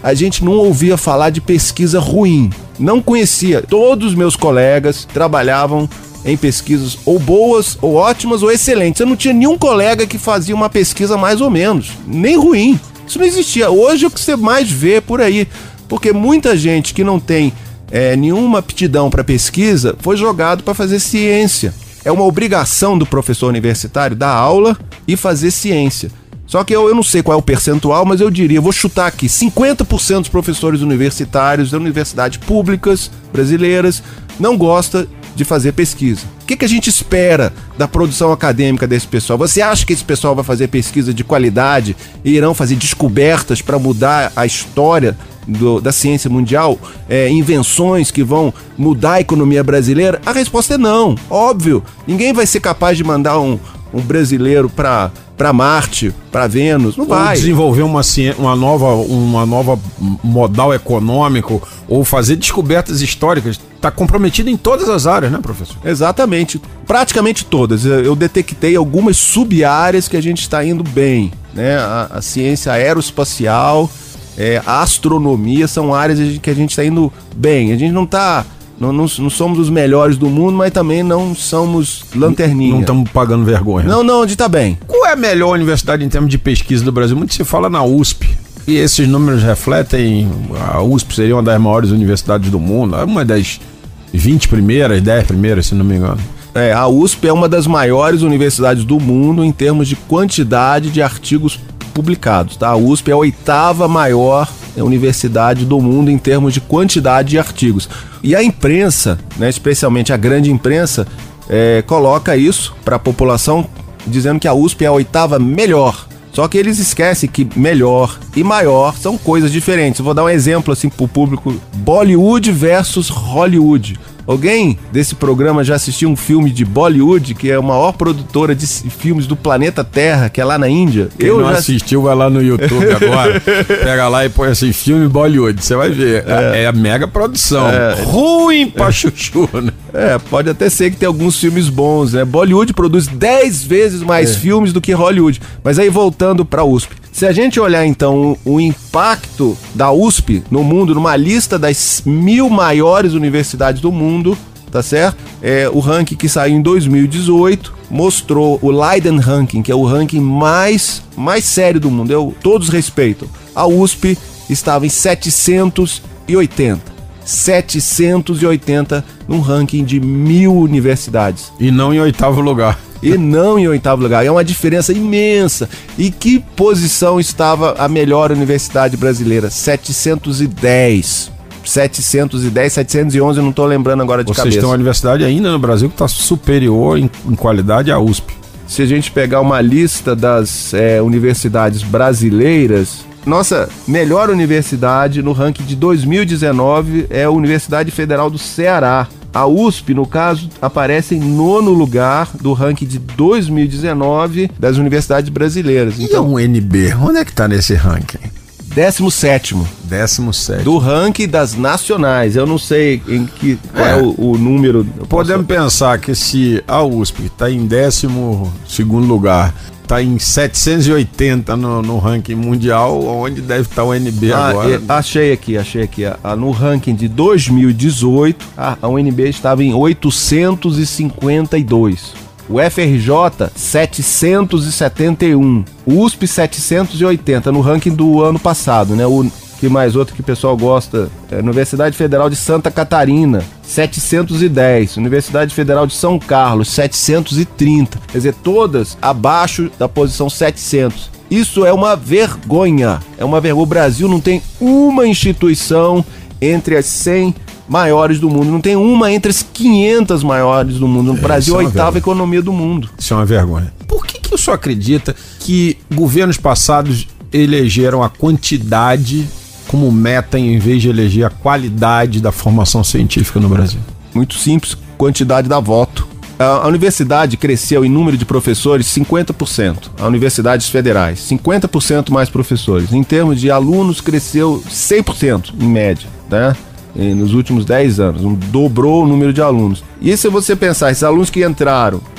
S4: a gente não ouvia falar de pesquisa ruim. Não conhecia. Todos os meus colegas trabalhavam em pesquisas ou boas, ou ótimas, ou excelentes. Eu não tinha nenhum colega que fazia uma pesquisa mais ou menos, nem ruim. Isso não existia. Hoje é o que você mais vê por aí. Porque muita gente que não tem é, nenhuma aptidão para pesquisa foi jogado para fazer ciência. É uma obrigação do professor universitário dar aula e fazer ciência. Só que eu, eu não sei qual é o percentual, mas eu diria, vou chutar aqui, cinquenta por cento dos professores universitários das universidades públicas brasileiras não gostam de fazer pesquisa. O que, que a gente espera da produção acadêmica desse pessoal? Você acha que esse pessoal vai fazer pesquisa de qualidade e irão fazer descobertas para mudar a história do, da ciência mundial? É, invenções que vão mudar a economia brasileira? A resposta é não, óbvio. Ninguém vai ser capaz de mandar um, um brasileiro para para Marte, para Vênus, não
S2: ou
S4: vai.
S2: Desenvolver uma, uma, nova, uma nova modal econômico, ou fazer descobertas históricas. Está comprometido em todas as áreas, né, professor?
S4: Exatamente, praticamente todas. Eu detectei algumas sub-áreas que a gente está indo bem, né? A, a ciência aeroespacial, é, a astronomia são áreas que a gente está indo bem. A gente não está... Não, não, não somos os melhores do mundo, mas também não somos lanterninha.
S2: Não estamos pagando vergonha.
S4: Não, não, onde tá bem.
S2: Qual é a melhor universidade em termos de pesquisa do Brasil? Muito se fala na U S P. E esses números refletem... A U S P seria uma das maiores universidades do mundo. Uma das vinte primeiras, dez primeiras, se não me engano.
S4: É, a U S P é uma das maiores universidades do mundo em termos de quantidade de artigos publicados, tá? A U S P é a oitava maior universidade do mundo em termos de quantidade de artigos. E a imprensa, né, especialmente a grande imprensa, é, coloca isso para a população dizendo que a U S P é a oitava melhor. Só que eles esquecem que melhor e maior são coisas diferentes. Eu vou dar um exemplo assim pro público: Bollywood versus Hollywood. Alguém desse programa já assistiu um filme de Bollywood, que é a maior produtora de filmes do planeta Terra, que é lá na Índia?
S2: Quem
S4: eu
S2: não
S4: já
S2: assistiu, vai lá no YouTube agora, pega lá e põe assim, filme Bollywood, você vai ver. É, é a mega produção. É. Ruim pra é. chuchu, né?
S4: É, pode até ser que tem alguns filmes bons, né? Bollywood produz dez vezes mais é. filmes do que Hollywood. Mas aí, voltando pra U S P. Se a gente olhar, então, o, o impacto da U S P no mundo, numa lista das mil maiores universidades do mundo, tá certo? É, o ranking que saiu em dois mil e dezoito mostrou o Leiden Ranking, que é o ranking mais, mais sério do mundo, eu, todos respeitam. A U S P estava em setecentos e oitenta. setecentos e oitenta num ranking de mil universidades.
S2: E não em oitavo lugar.
S4: E não em oitavo lugar. É uma diferença imensa. E que posição estava a melhor universidade brasileira? setecentos e dez. setecentos e dez, setecentos e onze, eu não estou lembrando agora de
S2: Vocês
S4: cabeça.
S2: Vocês têm uma universidade ainda no Brasil que está superior em, em qualidade à U S P.
S4: Se a gente pegar uma lista das é, universidades brasileiras, nossa melhor universidade no ranking de dois mil e dezenove é a Universidade Federal do Ceará. A U S P, no caso, aparece em nono lugar do ranking de dois mil e dezenove das universidades brasileiras.
S2: Então, e o U N B, onde é que está nesse ranking?
S4: décimo sétimo.
S2: décimo sétimo.
S4: Do ranking das nacionais. Eu não sei em que, qual é, é o, o número.
S2: Podemos posso... pensar que se a U S P está em décimo segundo lugar, está em setecentos e oitenta no, no ranking mundial, onde deve estar o U N B
S4: ah,
S2: agora?
S4: Achei aqui, achei aqui. Ah, no ranking de dois mil e dezoito, ah, a U N B estava em oitocentos e cinquenta e dois. O F R J, setecentos e setenta e um. O U S P, setecentos e oitenta, no ranking do ano passado, né? O que mais outro que o pessoal gosta? É, Universidade Federal de Santa Catarina, setecentos e dez. Universidade Federal de São Carlos, setecentos e trinta. Quer dizer, todas abaixo da posição setecentos. Isso é uma vergonha. É uma vergonha. O Brasil não tem uma instituição entre as cem maiores do mundo. Não tem uma entre as quinhentas maiores do mundo. No é, Brasil, é a oitava vergonha. Economia do mundo.
S2: Isso é uma vergonha. Por que, que o senhor acredita que governos passados elegeram a quantidade como meta em vez de eleger a qualidade da formação científica no Brasil?
S4: Muito simples, quantidade dá voto. A universidade cresceu em número de professores cinquenta por cento. As universidades federais, cinquenta por cento mais professores. Em termos de alunos, cresceu cem por cento em média, né? Nos últimos dez anos, um, dobrou o número de alunos. E se você pensar, esses alunos que entraram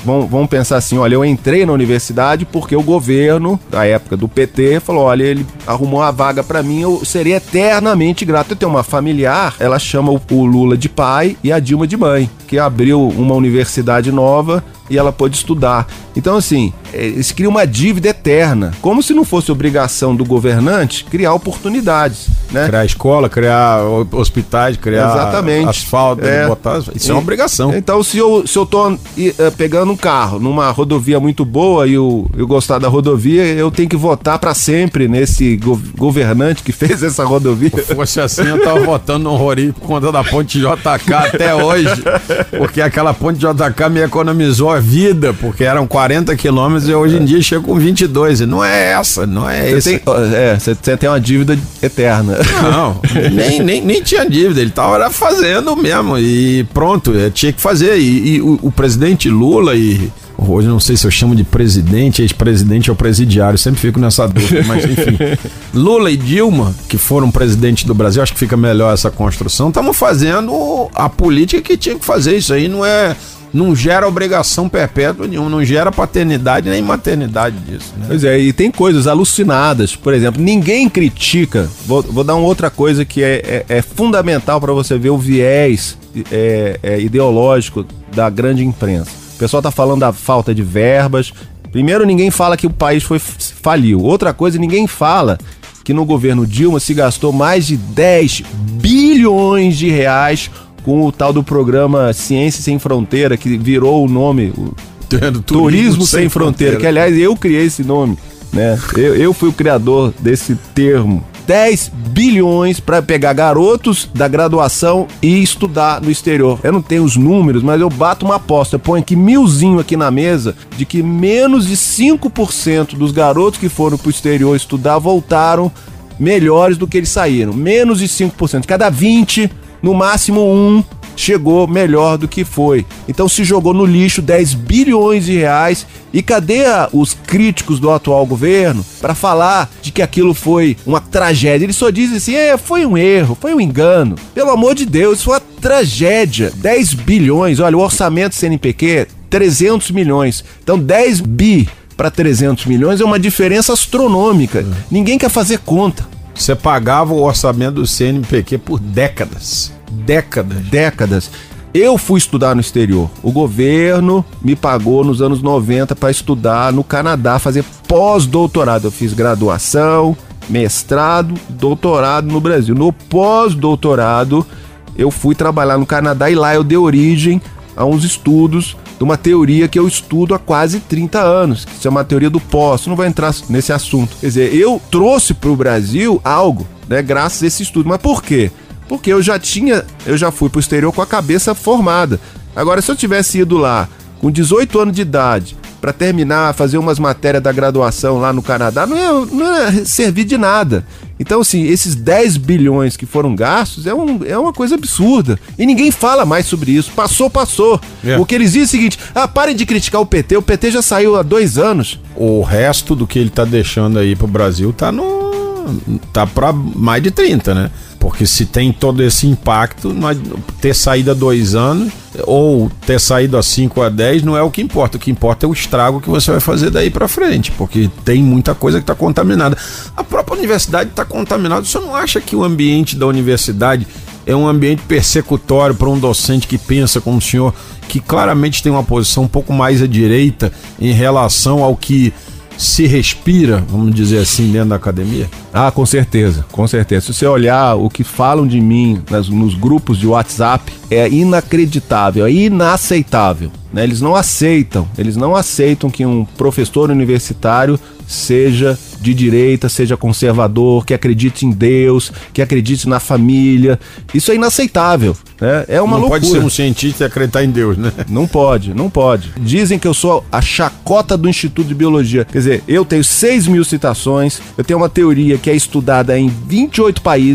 S4: vão, vão pensar assim, olha, eu entrei na universidade porque o governo, da época do P T, falou, olha, ele arrumou a vaga pra mim, eu seria eternamente grato. Eu tenho uma familiar, ela chama o, o Lula de pai e a Dilma de mãe, que abriu uma universidade nova e ela pôde estudar. Então, assim, eles criam uma dívida eterna, como se não fosse obrigação do governante criar oportunidades, né?
S2: Criar escola, criar hospitais, criar
S4: Exatamente.
S2: asfalto,
S4: É.
S2: botar... Isso é uma obrigação.
S4: Então, se eu, se eu tô uh, pegando um carro numa rodovia muito boa e eu, eu gostar da rodovia, eu tenho que votar pra sempre nesse go- governante que fez essa rodovia.
S2: Se fosse assim, eu tava votando no Rori por conta da ponte J K até hoje, porque aquela ponte J K me economizou a vida, porque eram quarenta quilômetros e hoje em dia chego com vinte e dois, e não é essa, não é essa.
S4: Você tem, é, você tem uma dívida eterna.
S2: Não, nem, nem, nem tinha dívida, ele tava fazendo mesmo e pronto, tinha que fazer. E, e o, o presidente Lula e... Hoje não sei se eu chamo de presidente, ex-presidente ou presidiário, sempre fico nessa dúvida, mas enfim. Lula e Dilma, que foram presidentes do Brasil, acho que fica melhor essa construção, estamos fazendo a política que tinha que fazer. Isso aí não é... Não gera obrigação perpétua nenhuma, não gera paternidade nem maternidade disso, né?
S4: Pois é, e tem coisas alucinadas. Por exemplo, ninguém critica. Vou, vou dar uma outra coisa que é, é, é fundamental para você ver o viés é, é, ideológico da grande imprensa. O pessoal tá falando da falta de verbas. Primeiro, ninguém fala que o país foi, faliu. Outra coisa, ninguém fala que no governo Dilma se gastou mais de dez bilhões de reais com o tal do programa Ciência Sem Fronteira, que virou o nome, o
S2: Turismo,
S4: Turismo Sem, Sem Fronteira,
S2: Fronteira,
S4: que aliás eu criei esse nome, né? Eu, eu fui o criador desse termo. dez bilhões para pegar garotos da graduação e estudar no exterior. Eu não tenho os números, mas eu bato uma aposta, eu ponho aqui milzinho aqui na mesa, de que menos de cinco por cento dos garotos que foram pro exterior estudar voltaram melhores do que eles saíram. Menos de cinco por cento. Cada vinte, no máximo um, chegou melhor do que foi. Então se jogou no lixo dez bilhões de reais. E cadê a, os críticos do atual governo para falar de que aquilo foi uma tragédia? Eles só dizem assim, é, foi um erro, foi um engano. Pelo amor de Deus, isso foi uma tragédia. dez bilhões, olha, o orçamento do C N P Q é trezentos milhões. Então dez bi para trezentos milhões é uma diferença astronômica. Uhum. Ninguém quer fazer conta.
S2: Você pagava o orçamento do C N P Q por décadas. Décadas.
S4: Décadas. Eu fui estudar no exterior. O governo me pagou nos anos noventa para estudar no Canadá, fazer pós-doutorado. Eu fiz graduação, mestrado, doutorado no Brasil. No pós-doutorado, eu fui trabalhar no Canadá e lá eu dei origem a uns estudos de uma teoria que eu estudo há quase trinta anos, que se chama a teoria do pós. Não vou entrar nesse assunto. Quer dizer, eu trouxe para o Brasil algo, né, graças a esse estudo. Mas por quê? Porque eu já tinha, eu já fui pro exterior com a cabeça formada. Agora, se eu tivesse ido lá com dezoito anos de idade para terminar, fazer umas matérias da graduação lá no Canadá, não ia, não ia servir de nada. Então, assim, esses dez bilhões que foram gastos é, um, é uma coisa absurda. E ninguém fala mais sobre isso. Passou, passou. É. O que eles dizem é o seguinte, ah, parem de criticar o P T, o P T já saiu há dois anos.
S2: O resto do que ele tá deixando aí pro Brasil tá no... tá pra mais de trinta, né? Porque se tem todo esse impacto, nós, ter saído há dois anos ou ter saído há cinco a dez não é o que importa. O que importa é o estrago que você vai fazer daí pra frente, porque tem muita coisa que tá contaminada. A própria universidade tá contaminada. Você não acha que o ambiente da universidade é um ambiente persecutório para um docente que pensa como o senhor, que claramente tem uma posição um pouco mais à direita em relação ao que se respira, vamos dizer assim, dentro da academia?
S4: Ah, com certeza, com certeza. Se você olhar o que falam de mim nas, nos grupos de WhatsApp, é inacreditável, é inaceitável, né? Eles não aceitam, eles não aceitam que um professor universitário seja de direita, seja conservador, que acredite em Deus, que acredite na família. Isso é inaceitável, né? É uma
S2: não
S4: loucura.
S2: Não pode ser um cientista e acreditar em Deus, né?
S4: Não pode, não pode. Dizem que eu sou a chacota do Instituto de Biologia. Quer dizer, eu tenho seis mil citações, eu tenho uma teoria que é estudada em vinte e oito países,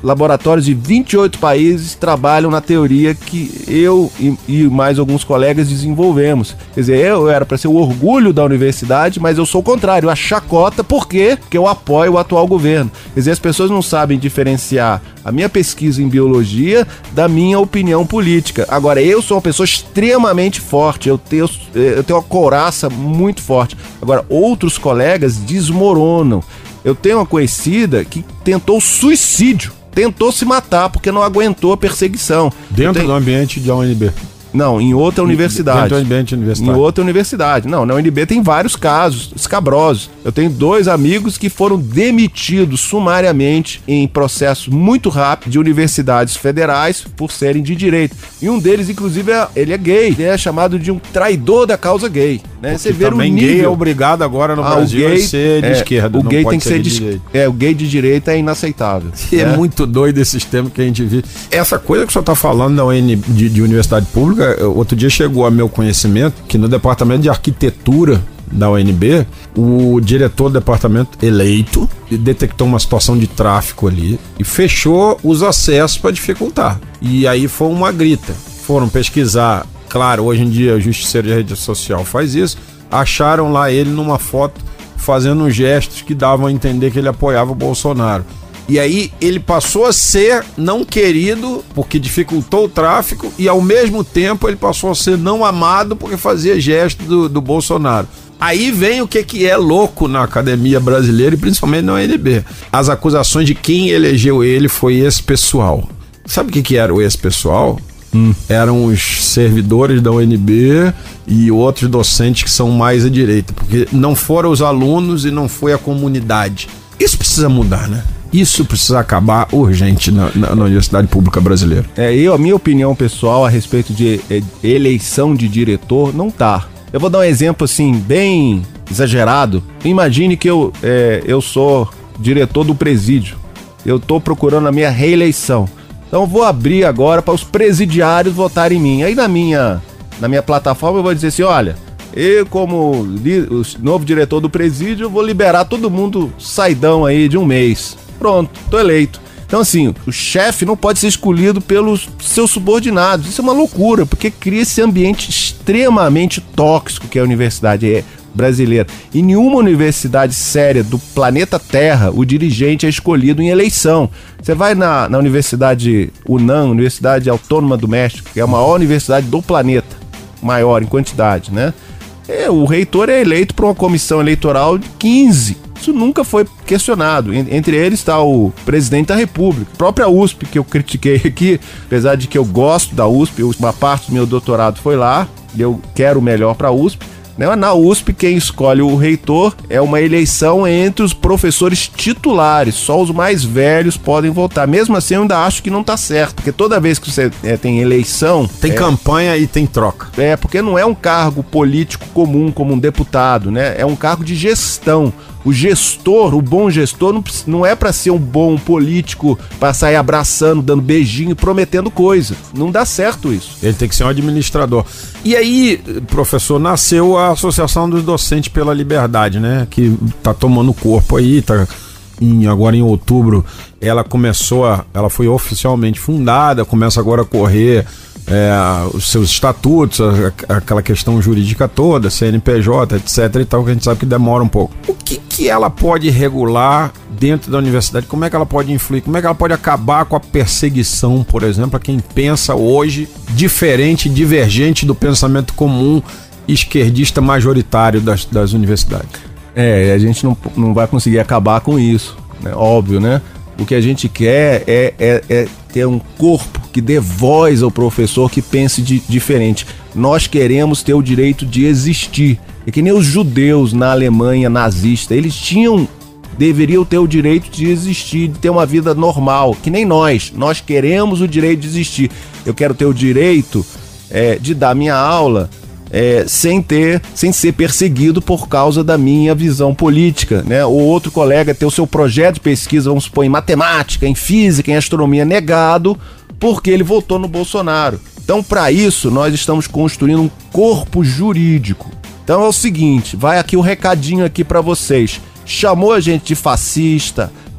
S4: laboratórios de vinte e oito países trabalham na teoria que eu e, e mais alguns colegas desenvolvemos. Quer dizer, eu era para ser o orgulho da universidade, mas eu sou o contrário, a chacota. Por quê? Porque eu apoio o atual governo. Quer dizer, as pessoas não sabem diferenciar a minha pesquisa em biologia da minha opinião política. Agora, eu sou uma pessoa extremamente forte, eu tenho, eu tenho uma couraça muito forte. Agora, outros colegas desmoronam. Eu tenho uma conhecida que tentou suicídio, tentou se matar porque não aguentou a perseguição.
S2: Dentro
S4: tenho...
S2: do ambiente de U N B?
S4: Não, em outra universidade.
S2: Dentro do ambiente universitário.
S4: Em outra universidade. Não, na U N B tem vários casos escabrosos. Eu tenho dois amigos que foram demitidos sumariamente em processo muito rápido de universidades federais por serem de direito. E um deles, inclusive, é, ele é gay. Ele é chamado de um traidor da causa gay. Né? Você vê o nível.
S2: Gay é obrigado agora no ah, Brasil
S4: gay,
S2: a ser de
S4: é,
S2: esquerda.
S4: O
S2: não
S4: gay
S2: pode
S4: tem que ser, ser de, de direita. É, o gay de direita é inaceitável.
S2: É
S4: né?
S2: muito doido esse sistema que a gente vive. Essa coisa que o senhor está falando da U N B, de, de universidade pública, outro dia chegou a meu conhecimento que no departamento de arquitetura da U N B, o diretor do departamento eleito detectou uma situação de tráfico ali e fechou os acessos para dificultar. E aí foi uma grita. Foram pesquisar, claro, hoje em dia o justiceiro de rede social faz isso, acharam lá ele numa foto fazendo gestos que davam a entender que ele apoiava o Bolsonaro. E aí ele passou a ser não querido porque dificultou o tráfico e ao mesmo tempo ele passou a ser não amado porque fazia gesto do, do Bolsonaro. Aí vem o que, que é louco na academia brasileira e principalmente na U N B. As acusações de quem elegeu ele foi esse pessoal. Sabe o que, que era o esse pessoal? Hum. Eram os servidores da U N B e outros docentes que são mais à direita, porque não foram os alunos e não foi a comunidade. Isso precisa mudar, né? Isso precisa acabar urgente na, na, na Universidade Pública Brasileira.
S4: É, eu, a minha opinião pessoal a respeito de é, eleição de diretor não tá. Eu vou dar um exemplo assim, bem exagerado. Imagine que eu, é, eu sou diretor do presídio. Eu tô procurando a minha reeleição. Então eu vou abrir agora para os presidiários votarem em mim. Aí na minha, na minha plataforma eu vou dizer assim, olha, eu como li, o novo diretor do presídio, eu vou liberar todo mundo saidão aí de um mês. Pronto, tô eleito. Então assim, o chefe não pode ser escolhido pelos seus subordinados. Isso é uma loucura, porque cria esse ambiente extremamente tóxico que é a universidade brasileira. Em nenhuma universidade séria do planeta Terra, o dirigente é escolhido em eleição. Você vai na, na Universidade UNAM, Universidade Autônoma do México, que é a maior universidade do planeta, maior em quantidade, né? É, o reitor é eleito por uma comissão eleitoral de quinze. Isso nunca foi questionado. Entre eles está o presidente da República. A própria U S P, que eu critiquei aqui, apesar de que eu gosto da U S P, uma parte do meu doutorado foi lá, e eu quero o melhor para a U S P. Na U S P, quem escolhe o reitor é uma eleição entre os professores titulares. Só os mais velhos podem votar. Mesmo assim, eu ainda acho que não está certo, porque toda vez que você é, tem eleição...
S2: Tem é, campanha e tem troca.
S4: É, porque não é um cargo político comum como um deputado, né? É um cargo de gestão. O gestor, o bom gestor, não, não é para ser um bom político, para sair abraçando, dando beijinho, prometendo coisa. Não dá certo isso.
S2: Ele tem que ser um administrador. E aí, professor, nasceu a Associação dos Docentes pela Liberdade, né? Que tá tomando corpo aí, tá em, agora em outubro. Ela começou, a, ela foi oficialmente fundada, começa agora a correr é, os seus estatutos, a, aquela questão jurídica toda, C N P J, etc e tal, que a gente sabe que demora um pouco. O que que ela pode regular dentro da universidade? Como é que ela pode influir? Como é que ela pode acabar com a perseguição, por exemplo, a quem pensa hoje diferente, divergente do pensamento comum esquerdista majoritário das, das universidades?
S4: É, a gente não, não vai conseguir acabar com isso, né? Óbvio, né? O que a gente quer é, é, é ter um corpo que dê voz ao professor que pense de, diferente. Nós queremos ter o direito de existir. É que nem os judeus na Alemanha nazista, eles tinham, deveriam ter o direito de existir, de ter uma vida normal, que nem nós. Nós queremos o direito de existir. Eu quero ter o direito é, de dar minha aula É, sem ter, sem ser perseguido por causa da minha visão política, né? Ou outro colega ter o seu projeto de pesquisa, vamos supor, em matemática, em física, em astronomia, negado porque ele votou no Bolsonaro. Então, para isso, nós estamos construindo um corpo jurídico. Então é o seguinte, vai aqui o recadinho aqui para vocês. Chamou a gente de fascista,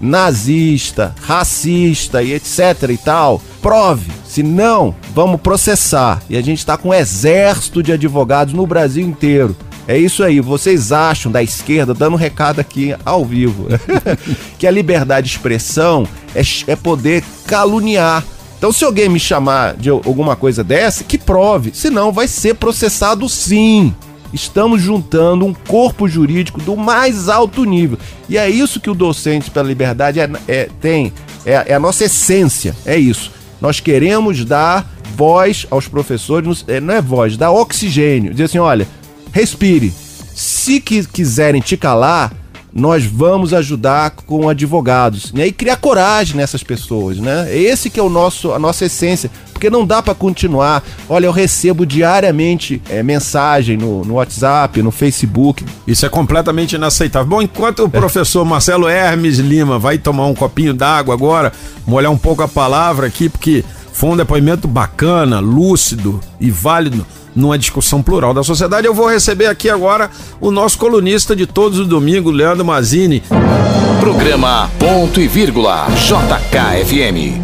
S4: nazista, racista e etc e tal, prove. Se não, vamos processar. E a gente está com um exército de advogados no Brasil inteiro. É isso aí, vocês acham da esquerda, dando um recado aqui ao vivo, que a liberdade de expressão é, é poder caluniar. Então, se alguém me chamar de alguma coisa dessa, que prove, senão vai ser processado sim. Estamos juntando um corpo jurídico do mais alto nível. E é isso que o Docentes pela Liberdade é, é, tem, é, é a nossa essência, é isso. Nós queremos dar voz aos professores, não é voz, dar oxigênio, dizer assim, olha, respire, se que quiserem te calar, nós vamos ajudar com advogados, né? E criar coragem nessas pessoas, né? Esse que é o nosso, a nossa essência, porque não dá para continuar. Olha, eu recebo diariamente é, mensagem no, no WhatsApp, no Facebook.
S2: Isso é completamente inaceitável. Bom, enquanto o professor Marcelo Hermes Lima vai tomar um copinho d'água agora, molhar um pouco a palavra aqui, porque foi um depoimento bacana, lúcido e válido numa discussão plural da sociedade. Eu vou receber aqui agora o nosso colunista de todos os domingos, Leandro Mazzini.
S1: Programa Ponto e Vírgula, J K F M.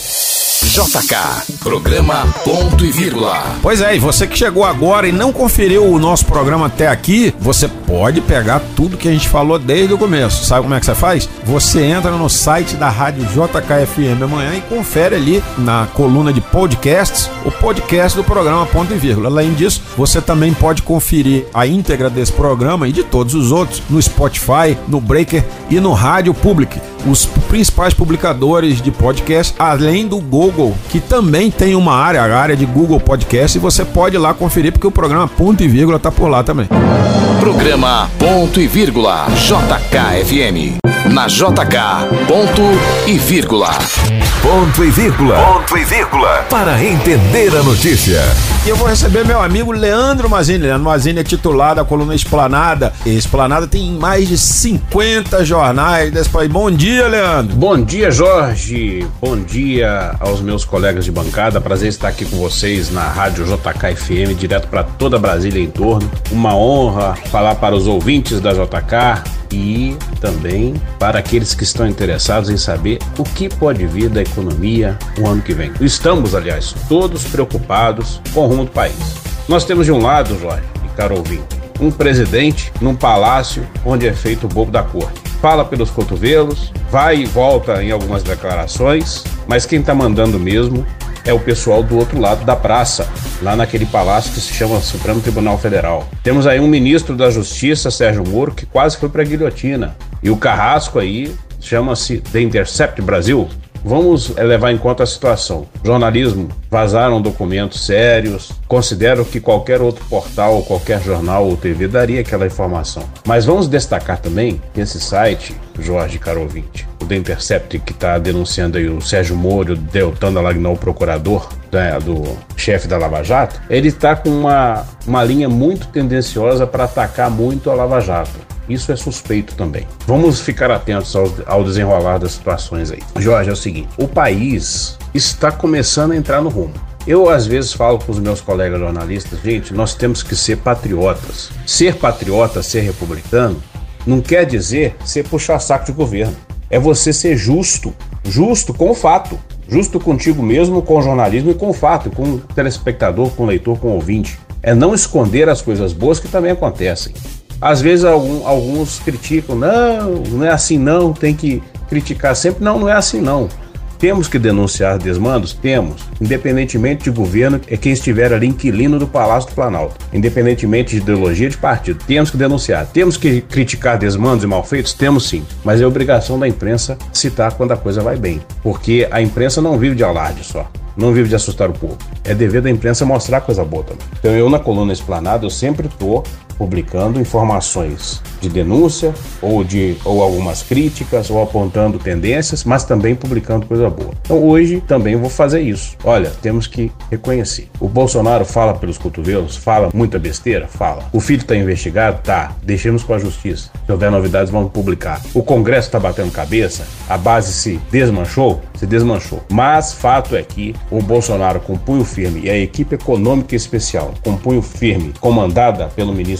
S1: J K, programa Ponto e Vírgula.
S2: Pois é, e você que chegou agora e não conferiu o nosso programa até aqui, você pode pegar tudo que a gente falou desde o começo. Sabe como é que você faz? Você entra no site da Rádio J K F M amanhã e confere ali na coluna de podcasts o podcast do programa Ponto e Vírgula. Além disso, você também pode conferir a íntegra desse programa e de todos os outros no Spotify, no Breaker e no Rádio Public, os principais publicadores de podcast, além do Google, que também tem uma área, a área de Google Podcast, e você pode ir lá conferir, porque o programa Ponto e Vírgula tá por lá também.
S1: Programa Ponto e Vírgula, J K F M. Na J K, Ponto e Vírgula.
S3: Ponto e Vírgula. Ponto e Vírgula. Para entender a notícia.
S2: E eu vou receber meu amigo Leandro Mazzini. Leandro Mazzini é titular da coluna Esplanada. E Esplanada tem mais de cinquenta jornais desse país. Bom dia, Leandro.
S5: Bom dia, Jorge. Bom dia aos meus colegas de bancada. Prazer estar aqui com vocês na Rádio J K F M, direto para toda Brasília e em torno. Uma honra falar para os ouvintes da J K e também para aqueles que estão interessados em saber o que pode vir da economia o ano que vem. Estamos, aliás, todos preocupados com o rumo do país. Nós temos de um lado, Jorge e caro ouvinte, um presidente num palácio onde é feito o bobo da corte. Fala pelos cotovelos, vai e volta em algumas declarações, mas quem está mandando mesmo é o pessoal do outro lado da praça, lá naquele palácio que se chama Supremo Tribunal Federal. Temos aí um ministro da Justiça, Sérgio Moro, que quase foi para a guilhotina. E o carrasco aí chama-se The Intercept Brasil. Vamos levar em conta a situação. Jornalismo, vazaram documentos sérios, considero que qualquer outro portal, ou qualquer jornal ou T V daria aquela informação. Mas vamos destacar também que esse site, Jorge, caro ouvinte, o The Intercept, que está denunciando aí o Sérgio Moro, o Deltan Dallagnol, o procurador, né, do chefe da Lava Jato, ele está com uma, uma linha muito tendenciosa para atacar muito a Lava Jato. Isso é suspeito também. Vamos ficar atentos ao, ao desenrolar das situações aí. Jorge, é o seguinte, o país está começando a entrar no rumo. Eu, às vezes, falo com os meus colegas jornalistas, gente, nós temos que ser patriotas. Ser patriota, ser republicano, não quer dizer ser puxa-saco de governo. É você ser justo, justo com o fato. Justo contigo mesmo, com o jornalismo e com o fato, com o telespectador, com o leitor, com o ouvinte. É não esconder as coisas boas que também acontecem. Às vezes algum, alguns criticam, não, não é assim não, tem que criticar sempre. Não, não é assim não. Temos que denunciar desmandos? Temos. Independentemente de governo, é quem estiver ali inquilino do Palácio do Planalto. Independentemente de ideologia de partido, temos que denunciar. Temos que criticar desmandos e malfeitos? Temos sim. Mas é obrigação da imprensa citar quando a coisa vai bem. Porque a imprensa não vive de alarde só. Não vive de assustar o povo. É dever da imprensa mostrar coisa boa também. Então eu, na coluna Esplanada, eu sempre estou publicando informações de denúncia ou, de, ou algumas críticas ou apontando tendências, mas também publicando coisa boa. Então hoje também vou fazer isso. Olha, temos que reconhecer. O Bolsonaro fala pelos cotovelos, fala muita besteira, fala. O filho está investigado? Tá. Deixemos com a justiça. Se houver novidades, vamos publicar. O Congresso está batendo cabeça? A base se desmanchou? Se desmanchou. Mas fato é que o Bolsonaro, com punho firme, e a equipe econômica especial, com punho firme, comandada pelo ministro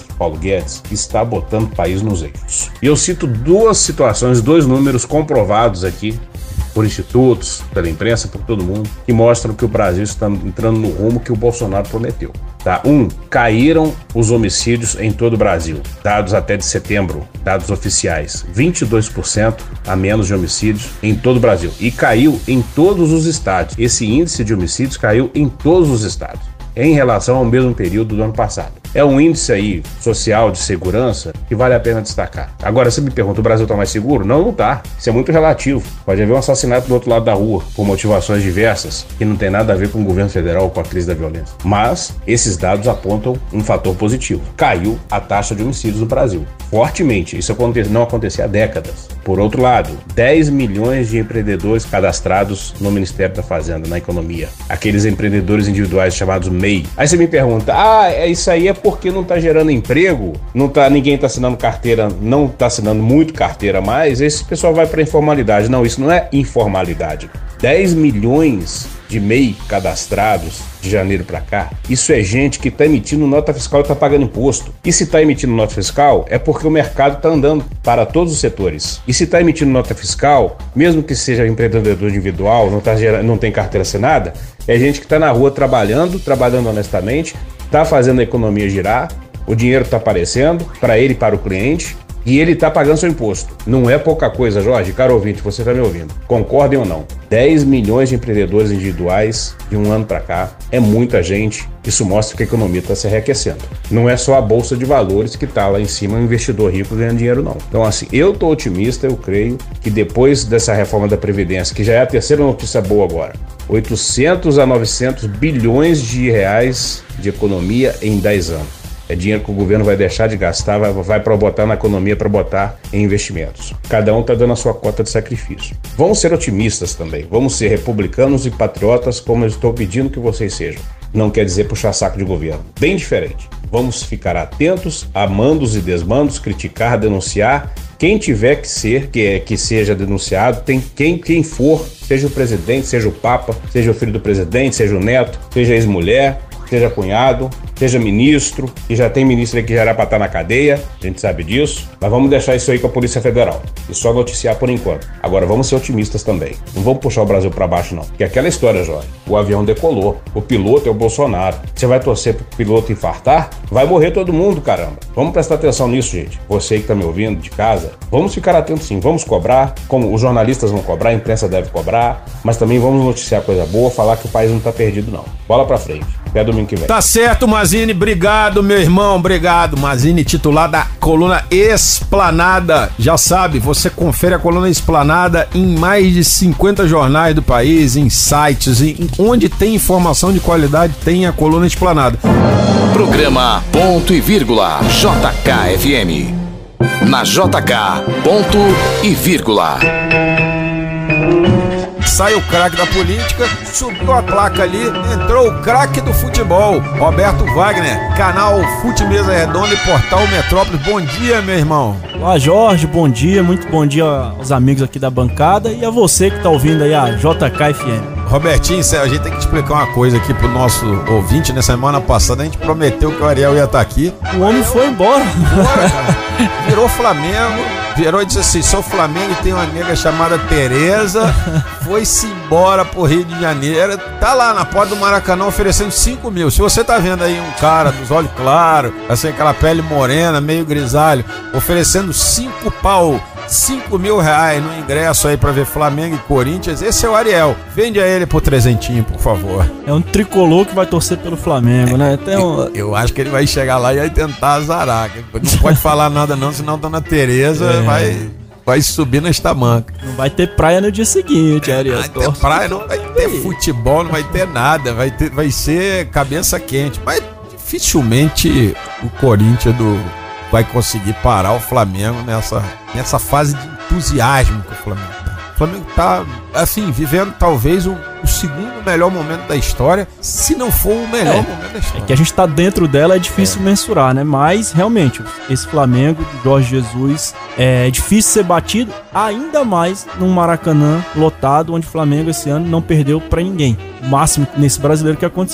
S5: ministro Paulo Guedes está botando o país nos eixos. E eu cito duas situações, dois números comprovados aqui por institutos, pela imprensa, por todo mundo, que mostram que o Brasil está entrando no rumo que o Bolsonaro prometeu. Tá? Um, caíram os homicídios em todo o Brasil. Dados até de setembro, dados oficiais. vinte e dois por cento a menos de homicídios em todo o Brasil. E caiu em todos os estados. Esse índice de homicídios caiu em todos os estados, em relação ao mesmo período do ano passado. É um índice aí social de segurança que vale a pena destacar. Agora, você me pergunta, o Brasil está mais seguro? Não, não está. Isso é muito relativo. Pode haver um assassinato do outro lado da rua, por motivações diversas, que não tem nada a ver com o governo federal ou com a crise da violência. Mas esses dados apontam um fator positivo. Caiu a taxa de homicídios no Brasil, fortemente. Isso não acontecia há décadas. Por outro lado, dez milhões de empreendedores cadastrados no Ministério da Fazenda, na economia. Aqueles empreendedores individuais chamados M E I. Aí você me pergunta, ah, isso aí é porque não está gerando emprego, não tá, ninguém está assinando carteira, não está assinando muito carteira mais, esse pessoal vai para a informalidade. Não, isso não é informalidade. dez milhões de M E I cadastrados de janeiro para cá, isso é gente que está emitindo nota fiscal e está pagando imposto. E se está emitindo nota fiscal, é porque o mercado está andando para todos os setores. E se está emitindo nota fiscal, mesmo que seja empreendedor individual, não, tá gerando, não tem carteira assinada, é gente que está na rua trabalhando, trabalhando honestamente, está fazendo a economia girar, o dinheiro está aparecendo para ele e para o cliente, e ele está pagando seu imposto. Não é pouca coisa, Jorge, caro ouvinte, você está me ouvindo. Concordem ou não? dez milhões de empreendedores individuais de um ano para cá é muita gente. Isso mostra que a economia está se reaquecendo. Não é só a Bolsa de Valores que está lá em cima, um investidor rico ganhando dinheiro, não. Então, assim, eu estou otimista, eu creio que depois dessa reforma da Previdência, que já é a terceira notícia boa agora, oitocentos a novecentos bilhões de reais de economia em dez anos. É dinheiro que o governo vai deixar de gastar, vai, vai para botar na economia, para botar em investimentos. Cada um está dando a sua cota de sacrifício. Vamos ser otimistas também. Vamos ser republicanos e patriotas, como eu estou pedindo que vocês sejam. Não quer dizer puxar saco de governo. Bem diferente. Vamos ficar atentos a mandos e desmandos, criticar, denunciar. Quem tiver que ser, que, é, que seja denunciado, tem quem, quem for, seja o presidente, seja o papa, seja o filho do presidente, seja o neto, seja a ex-mulher, seja cunhado, seja ministro, e já tem ministro aí que já era para estar na cadeia, a gente sabe disso, mas vamos deixar isso aí com a Polícia Federal e só noticiar por enquanto. Agora vamos ser otimistas também, não vamos puxar o Brasil para baixo não, porque aquela história, Jorge, o avião decolou, o piloto é o Bolsonaro, você vai torcer pro piloto infartar? Vai morrer todo mundo, caramba. Vamos prestar atenção nisso, gente, você que tá me ouvindo de casa, vamos ficar atentos sim, vamos cobrar, como os jornalistas vão cobrar, a imprensa deve cobrar, mas também vamos noticiar coisa boa, falar que o país não tá perdido não. Bola pra frente. Até domingo que vem.
S2: Tá certo, Mazini, obrigado, meu irmão, obrigado. Mazini, titular da coluna Esplanada. Já sabe, você confere a coluna Esplanada em mais de cinquenta jornais do país, em sites, em onde tem informação de qualidade, tem a coluna Esplanada.
S1: Programa Ponto e Vírgula, J K F M. Na J K, ponto e vírgula.
S2: Sai o craque da política, subiu a placa ali, entrou o craque do futebol, Roberto Wagner, canal Fute Mesa Redonda e Portal Metrópolis. Bom dia, meu irmão.
S6: Olá, Jorge, bom dia, muito bom dia aos amigos aqui da bancada e a você que tá ouvindo aí a J K F M.
S2: Robertinho, a gente tem que te explicar uma coisa aqui pro nosso ouvinte. Na semana passada a gente prometeu que o Ariel ia estar aqui.
S6: O homem foi embora.
S2: Bora, cara. Virou Flamengo, virou e disse assim, sou Flamengo e tem uma nega chamada Tereza, foi-se embora pro Rio de Janeiro, tá lá na porta do Maracanã oferecendo cinco mil. Se você tá vendo aí um cara dos olhos claros, assim, aquela pele morena, meio grisalho, oferecendo cinco pau, cinco mil reais no ingresso aí pra ver Flamengo e Corinthians, esse é o Ariel. Vende a ele por trezentinho, por favor.
S6: É um tricolor que vai torcer pelo Flamengo, né? Tem um...
S2: eu, eu acho que ele vai chegar lá e vai tentar azarar. Não pode falar nada não, senão a dona Tereza é. vai... vai subir nas tamancas.
S6: Não vai ter praia no dia seguinte, Ariel.
S2: Não vai ter praia, não vai ter futebol, não vai ter nada. Vai, ter, vai ser cabeça quente. Mas dificilmente o Corinthians do, vai conseguir parar o Flamengo nessa, nessa fase de entusiasmo que o Flamengo tá. O Flamengo tá, assim, vivendo talvez o, o segundo melhor momento da história, se não for o melhor é, momento da história.
S6: É que a gente tá dentro dela, é difícil é. mensurar, né? Mas, realmente, esse Flamengo do Jorge Jesus é difícil ser batido, ainda mais num Maracanã lotado, onde o Flamengo esse ano não perdeu pra ninguém. O máximo nesse brasileiro que aconteceu foi um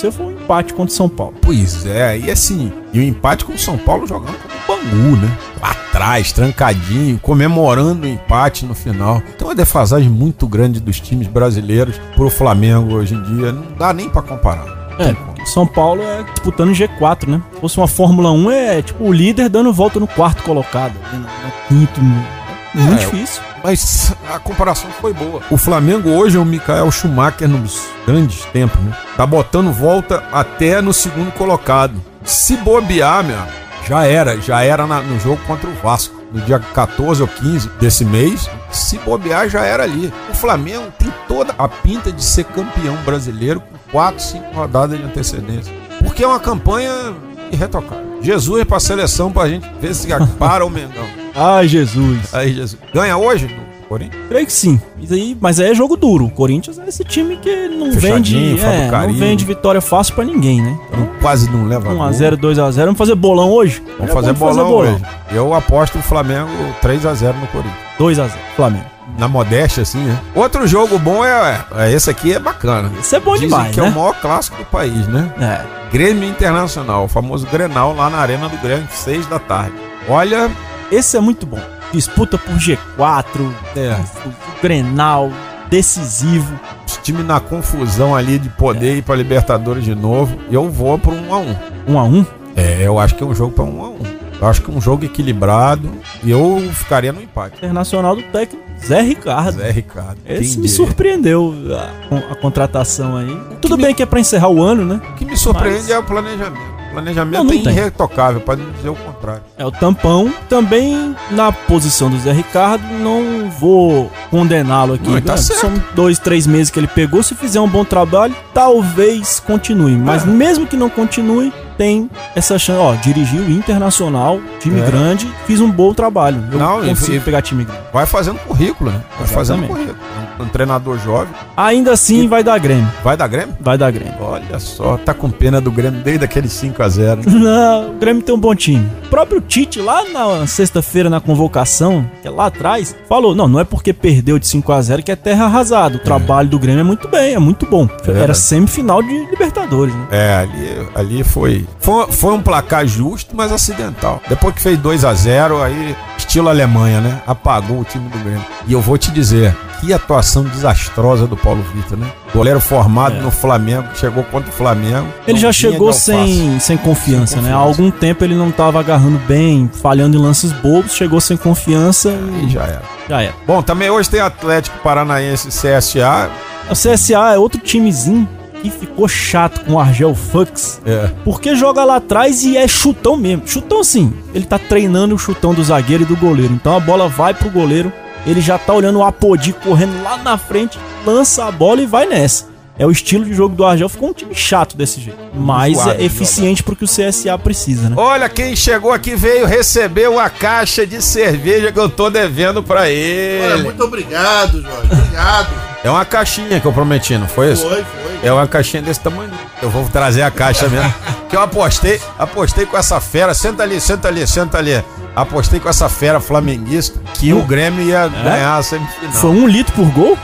S6: empate contra o São Paulo.
S2: Pois é, e assim, e o empate com o São Paulo jogando com o Bangu, né? Lá atrás, trancadinho, comemorando o empate no final. Tem uma defasagem muito grande dos times brasileiros pro Flamengo hoje em dia, não dá nem pra comparar.
S6: É, o São Paulo é disputando G quatro, né? Se fosse uma Fórmula um, é tipo o líder dando volta no quarto colocado, no, no quinto. É muito é, difícil.
S2: Mas a comparação foi boa. O Flamengo hoje é o Michael Schumacher nos grandes tempos, né? Tá botando volta até no segundo colocado. Se bobear, meu, já era. Já era na, no jogo contra o Vasco. No dia quatorze ou quinze desse mês, se bobear, já era ali. O Flamengo tem toda a pinta de ser campeão brasileiro com quatro, cinco rodadas de antecedência. Porque é uma campanha irretocável. Jesus é pra seleção pra gente ver se para o Mengão.
S6: Ai, Jesus.
S2: Aí, Jesus. Ganha hoje no Corinthians?
S6: Creio que sim. Isso aí, mas aí é jogo duro. O Corinthians é esse time que não vende, é, não vende vitória fácil pra ninguém, né?
S2: Então, quase não leva
S6: um a zero, dois a zero. Vamos fazer bolão hoje?
S2: Vamos fazer, vamos bolão, fazer bolão hoje. Eu aposto o Flamengo três a zero no Corinthians.
S6: dois a zero, Flamengo.
S2: Na modéstia, assim, né? Outro jogo bom é, é esse aqui, é bacana.
S6: Esse é bom
S2: Dizem
S6: demais,
S2: que
S6: né?
S2: é o maior clássico do país, né?
S6: É.
S2: Grêmio Internacional, o famoso Grenal lá na Arena do Grêmio, seis da tarde. Olha...
S6: Esse é muito bom. Disputa por G quatro, é. o, o Grenal, decisivo.
S2: Os times na confusão ali de poder é. ir pra Libertadores de novo. Eu vou pro um a um.
S6: um a um?
S2: É, eu acho que é um jogo pra um a um. Eu acho que é um jogo equilibrado e eu ficaria no empate.
S6: Internacional do técnico Zé Ricardo.
S2: Zé Ricardo.
S6: Esse me surpreendeu a, a contratação aí. Tudo bem que é pra encerrar o ano, né?
S2: O que me surpreende Mas... é o planejamento. O planejamento
S6: não,
S2: não
S6: é tem.
S2: irretocável, pode dizer o contrário.
S6: É o tampão. Também na posição do Zé Ricardo, não vou condená-lo aqui.
S2: Não, tá certo.
S6: São dois, três meses que ele pegou. Se fizer um bom trabalho, talvez continue. Mas é. mesmo que não continue, tem essa chance. Ó, dirigiu o Internacional, time é. grande, fiz um bom trabalho. Eu
S2: não,
S6: consigo
S2: e,
S6: pegar time grande.
S2: Vai fazendo currículo, né? Vai Exatamente. fazendo currículo. Um, um treinador jovem.
S6: Ainda assim, e... vai dar Grêmio.
S2: Vai dar Grêmio?
S6: Vai dar Grêmio.
S2: Olha só, tá com pena do Grêmio desde aquele cinco a zero.
S6: Não, o Grêmio tem um bom time. O próprio Tite, lá na sexta-feira, na convocação, que é lá atrás, falou, não, não é porque perdeu de cinco a zero que é terra arrasada. O é. trabalho do Grêmio é muito bem, é muito bom. É Era verdade. Semifinal de Libertadores, né?
S2: É, ali, ali foi, foi... Foi um placar justo, mas acidental. Depois que fez dois a zero, aí, estilo Alemanha, né? Apagou o time do Grêmio. E eu vou te dizer, que atuação desastrosa do Paulo Vitor, né? Goleiro formado é. no Flamengo, chegou contra o Flamengo.
S6: Ele já chegou sem, sem, confiança, sem confiança, né? Há algum tempo ele não estava agarrando bem, falhando em lances bobos, chegou sem confiança
S2: e... e já era.
S6: Já era.
S2: Bom, também hoje tem Atlético Paranaense e C S A.
S6: O C S A é outro timezinho que ficou chato com o Argel Fux,
S2: é.
S6: porque joga lá atrás e é chutão mesmo. Chutão assim, ele tá treinando o chutão do zagueiro e do goleiro. Então a bola vai pro goleiro, ele já tá olhando o Apodi correndo lá na frente, lança a bola e vai nessa. É o estilo de jogo do Argel, ficou um time chato desse jeito. Mas Suave, é eficiente pro que o C S A precisa, né?
S2: Olha, quem chegou aqui veio receber uma caixa de cerveja que eu tô devendo pra ele.
S7: Olha, muito obrigado, Jorge. Obrigado.
S2: É uma caixinha que eu prometi, não foi isso?
S7: Foi, foi.
S2: É uma caixinha desse tamanho. Eu vou trazer a caixa mesmo. Que eu apostei, apostei com essa fera. Senta ali, senta ali, senta ali. Apostei com essa fera flamenguista que o Grêmio ia é? ganhar a semifinal.
S6: Foi um litro por gol?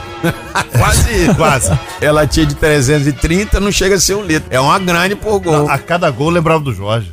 S2: Quase, quase. Ela tinha de trezentos e trinta, não chega a ser um litro. É uma grande por gol.
S7: A cada gol eu lembrava do Jorge.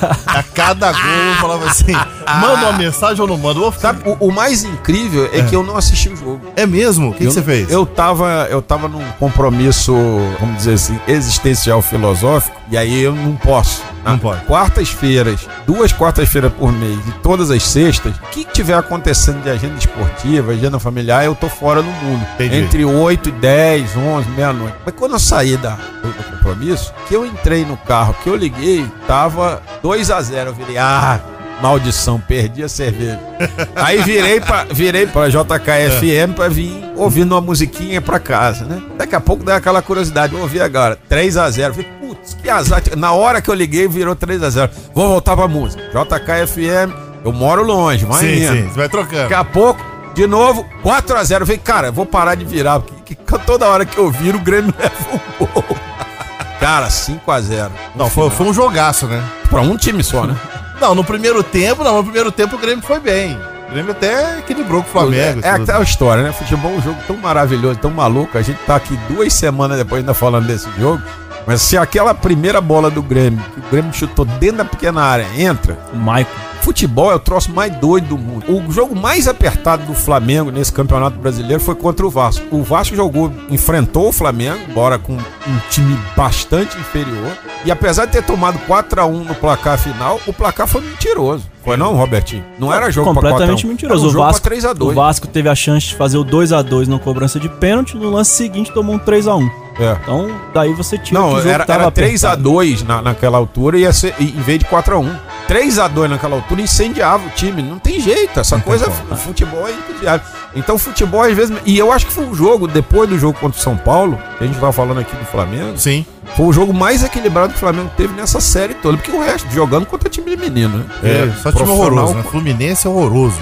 S7: A cada gol eu falava assim, manda uma mensagem ou não manda? Eu
S2: Sabe, o, o mais incrível é, é que eu não assisti o jogo.
S7: É mesmo? O que, que você fez?
S2: Eu tava, eu tava num compromisso, vamos dizer assim, existencial filosófico, e aí eu não posso.
S7: Não pode.
S2: Quartas-feiras, duas quartas-feiras por mês e todas as sextas, o que tiver acontecendo de agenda esportiva, agenda familiar, eu tô fora do mundo.
S7: Entendi.
S2: Entre oito e dez, onze, meia-noite. Mas quando eu saí da, do, do compromisso, que eu entrei no carro, que eu liguei, tava dois a zero. Eu virei, ah, maldição, perdi a cerveja. Aí virei pra, virei pra J K F M pra vir ouvindo uma musiquinha pra casa, né? Daqui a pouco dá aquela curiosidade, vou ouvir agora, três a zero. Falei, putz, que azar. Na hora que eu liguei, virou três a zero. Vou voltar pra música. J K F M, eu moro longe, vai
S7: sim,
S2: indo.
S7: Sim, você vai trocando.
S2: Daqui a pouco, de novo, quatro a zero. Eu falei, cara, eu vou parar de virar, porque toda hora que eu viro, o Grêmio leva um gol. Cara, cinco a zero.
S7: Não, foi, foi um jogaço, né?
S2: Pra um time só, né?
S7: Não, no primeiro tempo, não, no primeiro tempo o Grêmio foi bem. O Grêmio até equilibrou com o Flamengo.
S2: É, é aquela história, né? Futebol é um jogo tão maravilhoso, tão maluco. A gente tá aqui duas semanas depois ainda falando desse jogo. Mas se aquela primeira bola do Grêmio, que o Grêmio chutou dentro da pequena área, entra...
S6: O Maicon.
S2: Futebol é o troço mais doido do mundo. O jogo mais apertado do Flamengo nesse Campeonato Brasileiro foi contra o Vasco. O Vasco jogou, enfrentou o Flamengo, embora com um time bastante inferior. E apesar de ter tomado quatro a um no placar final, o placar foi mentiroso. Foi não, Robertinho? Não era jogo pra quatro a um.
S6: Completamente mentiroso.
S2: Era um
S6: o,
S2: jogo
S6: Vasco,
S2: pra três a dois.
S6: O Vasco teve a chance de fazer o dois a dois na cobrança de pênalti. No lance seguinte tomou um três a um.
S2: É.
S6: Então, daí você tira
S2: Não,
S6: que o jogo
S2: era,
S6: tava
S2: era três a
S6: apertado.
S2: dois na, naquela altura e ia ser, em vez de quatro a um. três a dois naquela altura incendiava o time. Não tem jeito. Essa coisa, o futebol é incendiário. Então, futebol às vezes... E eu acho que foi o jogo, depois do jogo contra o São Paulo, que a gente tava falando aqui do Flamengo.
S7: Sim.
S2: Foi o jogo mais equilibrado que o Flamengo teve nessa série toda. Porque o resto, jogando contra time de menino, né?
S7: É, só time
S2: profissional.
S7: horroroso, né? Fluminense é horroroso.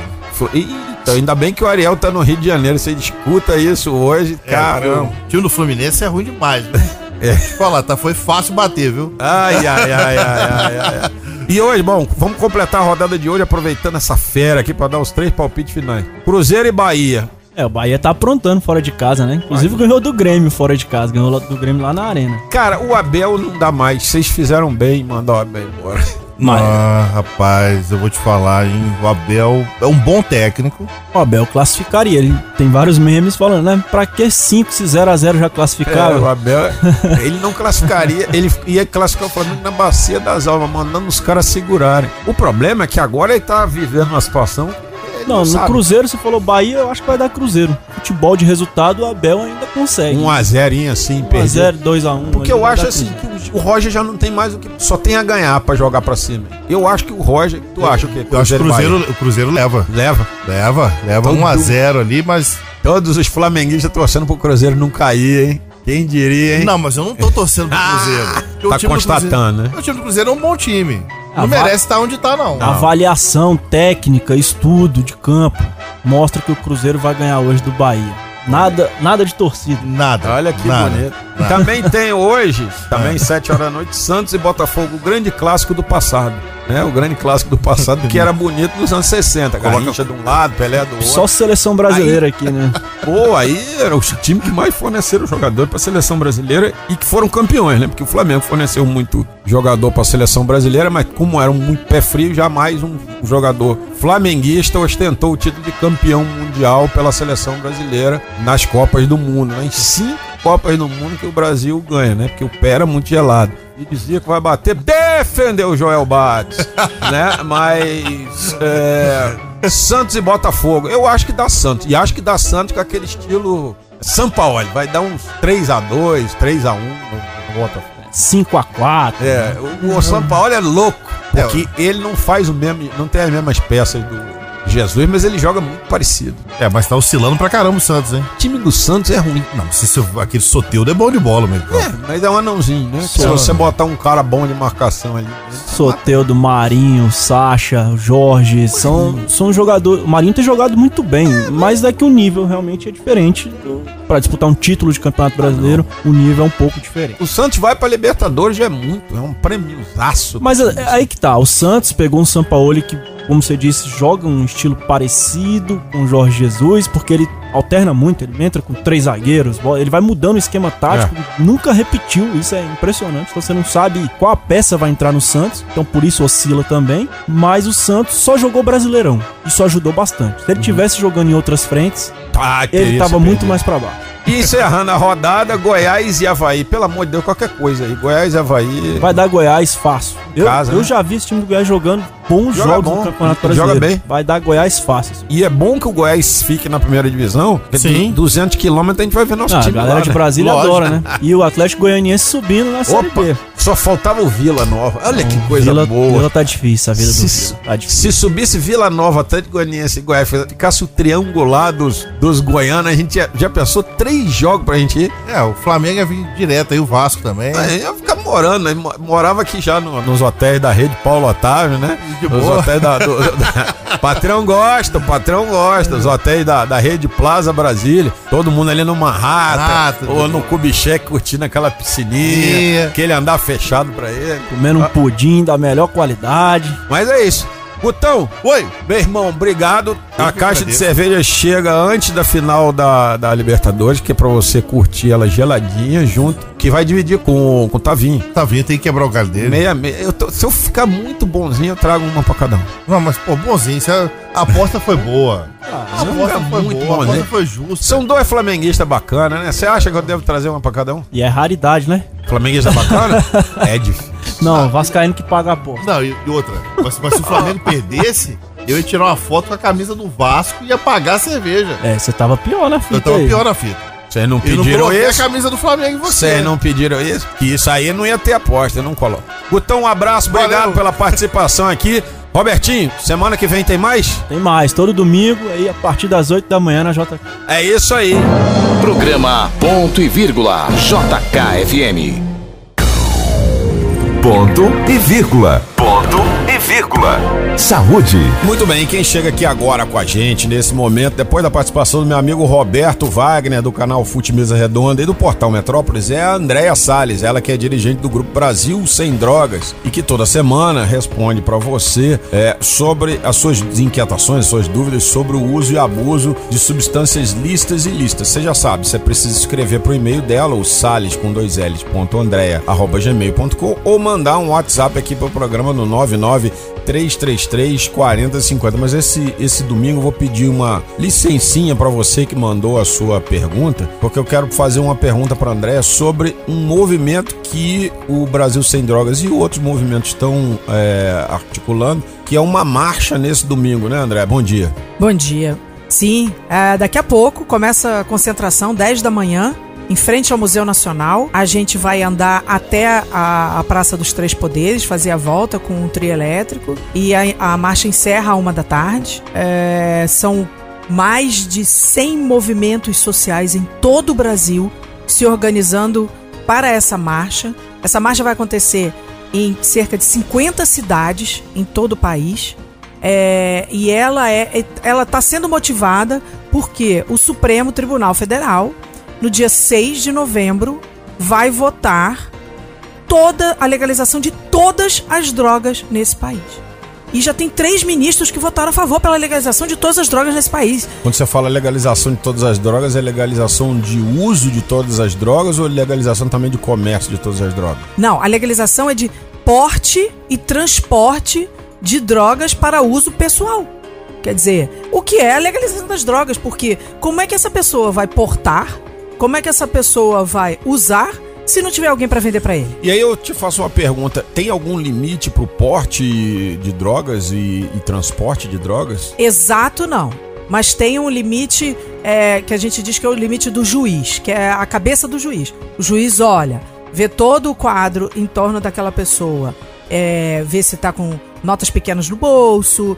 S2: Eita, ainda bem que o Ariel tá no Rio de Janeiro. Você escuta isso hoje,
S7: É,
S2: caramba.
S7: o time do Fluminense é ruim demais, né?
S2: É.
S7: Deixa eu falar, tá, foi fácil bater, viu?
S2: Ai, ai, ai, ai, ai, ai, ai. E hoje, bom, vamos completar a rodada de hoje aproveitando essa fera aqui pra dar os três palpites finais. Cruzeiro e Bahia.
S6: É, o Bahia tá aprontando fora de casa, né? Inclusive ganhou do Grêmio fora de casa. Ganhou do Grêmio lá na arena.
S2: Cara, o Abel não dá mais. Vocês fizeram bem em mandar o Abel embora.
S6: Mas
S7: Ah, rapaz, eu vou te falar, hein? O Abel é um bom técnico.
S6: o Abel classificaria. Ele tem vários memes falando, né? Pra que cinco se zero a zero já classificava?
S2: É, o Abel, ele não classificaria, ele ia classificar o Flamengo na bacia das almas, mandando os caras segurarem. O problema é que agora ele tá vivendo uma situação que ele
S6: Não, no
S2: sabe.
S6: Cruzeiro, você falou Bahia, eu acho que vai dar Cruzeiro. Futebol de resultado, o Abel ainda consegue.
S2: um a zero assim,
S6: um a
S2: perder.
S6: zero, dois a um.
S2: Porque eu acho assim que o o Roger já não tem mais o que. Só tem a ganhar pra jogar pra cima. Eu acho que o Roger. Tu acha o quê?
S7: Eu acho que o Cruzeiro, o Cruzeiro leva.
S2: Leva.
S7: Leva, leva
S2: Todo
S7: um a zero ali, mas...
S2: Todos os flamenguistas torcendo pro Cruzeiro não cair, hein? Quem diria, hein?
S7: Não, mas eu não tô torcendo pro Cruzeiro. Porque
S2: Tá
S7: o time do
S2: constatando,
S7: Cruzeiro-
S2: né?
S7: O time do Cruzeiro é um bom time.
S6: Ah,
S7: Não
S6: vai-
S7: merece estar onde tá, não.
S6: Avaliação técnica, estudo de campo, mostra que o Cruzeiro vai ganhar hoje do Bahia. Nada, nada de torcida.
S7: Nada.
S2: Olha que
S7: nada,
S2: bonito.
S7: nada.
S2: Também tem hoje, também sete horas da noite, Santos e Botafogo, o grande clássico do passado. Né? O grande clássico do passado, que era bonito nos anos sessenta. Garrincha de um lado, Pelé do outro.
S6: Só seleção brasileira aqui, né?
S2: Pô, aí era o time que mais forneceram jogador pra seleção brasileira e que foram campeões, né? Porque o Flamengo forneceu muito jogador pra seleção brasileira, mas como era um muito pé frio, jamais um jogador flamenguista ostentou o título de campeão mundial pela seleção brasileira nas Copas do Mundo, né? Em cinco Copas do Mundo que o Brasil ganha, né? Porque o pé era muito gelado. E dizia que vai bater, defendeu o Joel Bates, né? Mas é, Santos e Botafogo, eu acho que dá Santos. E acho que dá Santos com aquele estilo Sampaoli. Vai dar uns três a dois, três a um no, no Botafogo.
S6: cinco a quatro.
S2: É, o, o Sampaoli é louco, porque ele não faz o mesmo, não tem as mesmas peças do Jesus, mas ele joga muito parecido.
S7: É, mas tá oscilando pra caramba o Santos, hein?
S2: O time do Santos é ruim.
S7: Não, se, se, aquele Soteldo é bom de bola, meu.
S2: É, mas é um anãozinho, né? Se
S7: Só-
S2: você botar um cara bom de marcação ali.
S6: Soteudo, Marinho, Sacha, Jorge, são, são jogadores. O Marinho tem jogado muito bem, mas é que o nível realmente é diferente. Do, pra disputar um título de campeonato brasileiro, o nível é um pouco diferente.
S2: O Santos vai pra Libertadores já é muito, é um prêmiozaço.
S6: Mas é, é aí que tá, o Santos pegou um Sampaoli que, como você disse, joga um estilo parecido com o Jorge Jesus, porque ele alterna muito, ele entra com três zagueiros, ele vai mudando o esquema tático, nunca repetiu, isso é impressionante, então você não sabe qual a peça vai entrar no Santos, então por isso oscila também, mas o Santos só jogou Brasileirão, isso ajudou bastante. Se ele tivesse jogando em outras frentes,
S2: Ah,
S6: ele
S2: teria
S6: tava
S2: se
S6: muito
S2: perdido.
S6: mais pra baixo.
S2: E encerrando a rodada, Goiás e Avaí. Pelo amor de Deus, qualquer coisa aí. Goiás e Avaí.
S6: Vai dar Goiás fácil. Eu,
S2: Casa,
S6: eu
S2: né?
S6: já vi esse time do Goiás jogando bons
S2: Joga
S6: jogos
S2: bom,
S6: no Campeonato
S2: joga
S6: Brasileiro.
S2: bem.
S6: Vai dar Goiás fácil.
S2: E é bom que o Goiás fique na primeira divisão. porque
S7: Sim.
S2: du- duzentos quilômetros a gente vai ver nosso
S6: Ah, a
S2: time
S6: galera
S2: lá,
S6: de
S2: né?
S6: Brasília
S7: Lógico.
S6: adora, né? E o Atlético Goianiense subindo na Série
S2: Opa,
S6: B.
S2: só faltava o Vila Nova. Olha que coisa
S6: Vila,
S2: boa.
S6: Vila tá difícil, a vida do
S2: Se,
S6: Vila. Tá difícil.
S2: se subisse Vila Nova, Atlético Goianiense e Goiás, ficasse o triangular dos, dos goianos, a gente já, já pensou três jogos pra gente ir.
S7: É, o Flamengo ia vir direto aí, o Vasco também.
S2: Aí ia ficar morando, né? Mo- morava aqui já no- nos hotéis da rede Paulo Otávio, né?
S7: De
S2: Os
S7: boa.
S2: hotéis da, do, da- patrão gosta, o patrão gosta. Os hotéis da, da rede Plaza Brasília, todo mundo ali no Manhattan,
S7: Ah, tudo
S2: ou
S7: bom.
S2: no Kubitschek curtindo aquela piscininha,
S7: Ia.
S2: aquele andar fechado pra ele.
S6: Comendo um pudim da melhor qualidade.
S2: Mas é isso. Gutão,
S7: Oi.
S2: meu irmão, obrigado.
S7: Eu
S2: A
S7: que
S2: caixa de
S7: agradeço.
S2: cerveja chega antes da final da, da Libertadores, que é pra você curtir ela geladinha junto, que vai dividir com, com o Tavinho.
S7: Tá vindo, tem que quebrar o galho dele.
S2: Meia, meia. Eu tô- se eu ficar muito bonzinho, eu trago uma pra cada um.
S7: Não, mas, pô, bonzinho, isso é- a aposta foi boa. a
S2: não
S7: aposta
S2: é
S7: foi
S2: muito
S7: boa, a
S2: bonzinho.
S7: aposta foi justa.
S2: São dois flamenguistas bacanas, né? Você acha que eu devo trazer uma pra cada um?
S6: E é raridade, né?
S2: Flamenguista bacana? É difícil.
S6: Não, Vascaíno que paga a aposta.
S7: Não, e, e outra, mas, mas se o Flamengo perdesse, eu ia tirar uma foto com a camisa do Vasco e ia pagar a cerveja.
S6: É, você tava pior na fita
S7: Eu tava
S6: aí.
S7: pior na fita.
S2: Vocês não
S7: Eu não
S2: pediram
S7: coloquei
S2: isso?
S7: a camisa do Flamengo em você.
S2: Vocês não pediram isso? Que isso aí não ia ter aposta, eu não coloco. Gutão, um abraço, obrigado
S7: Valeu.
S2: pela participação aqui. Robertinho, semana que vem tem mais?
S6: Tem mais, todo domingo, aí a partir das oito da manhã na J K.
S2: É isso aí.
S1: Programa Ponto e Vírgula J K F M.
S3: Ponto e vírgula. Ponto e vírgula. Saúde.
S2: Muito bem, quem chega aqui agora com a gente nesse momento, depois da participação do meu amigo Roberto Wagner, do canal Fute Mesa Redonda e do Portal Metrópolis, é a Andréia Salles, ela que é dirigente do grupo Brasil Sem Drogas e que toda semana responde pra você é, sobre as suas inquietações, suas dúvidas sobre o uso e abuso de substâncias lícitas e ilícitas. Você já sabe, você precisa escrever pro e-mail dela, o sales com dois l's, ponto andrea, arroba gmail ponto com, ou mandar um WhatsApp aqui pro programa no nove nove três três três, quatro zero cinco zero. Mas esse, esse domingo eu vou pedir uma licencinha pra você que mandou a sua pergunta, porque eu quero fazer uma pergunta pra Andréia sobre um movimento que o Brasil Sem Drogas e outros movimentos estão é, articulando, que é uma marcha nesse domingo, né, Andréia? Bom dia.
S8: Bom dia. Sim, é, daqui a pouco começa a concentração, dez da manhã, em frente ao Museu Nacional. A gente vai andar até a, a Praça dos Três Poderes, fazer a volta com um trio elétrico. E a, a marcha encerra à uma da tarde. É, são mais de cem movimentos sociais em todo o Brasil se organizando para essa marcha. Essa marcha vai acontecer em cerca de cinquenta cidades em todo o país. É, e ela é, ela está sendo motivada porque o Supremo Tribunal Federal, no dia seis de novembro, vai votar toda a legalização de todas as drogas nesse país. E já tem três ministros que votaram a favor pela legalização de todas as drogas nesse país.
S2: Quando você fala legalização de todas as drogas, é legalização de uso de todas as drogas ou legalização também de comércio de todas as drogas?
S8: Não, a legalização é de porte e transporte de drogas para uso pessoal. Quer dizer, o que é a legalização das drogas? Porque como é que essa pessoa vai portar? Como é que essa pessoa vai usar se não tiver alguém para vender para ele?
S2: E aí eu te faço uma pergunta, tem algum limite pro porte de drogas e, e transporte de drogas?
S8: Exato, não. Mas tem um limite é, que a gente diz que é o limite do juiz, que é a cabeça do juiz. O juiz olha, vê todo o quadro em torno daquela pessoa, é, vê se tá com notas pequenas no bolso,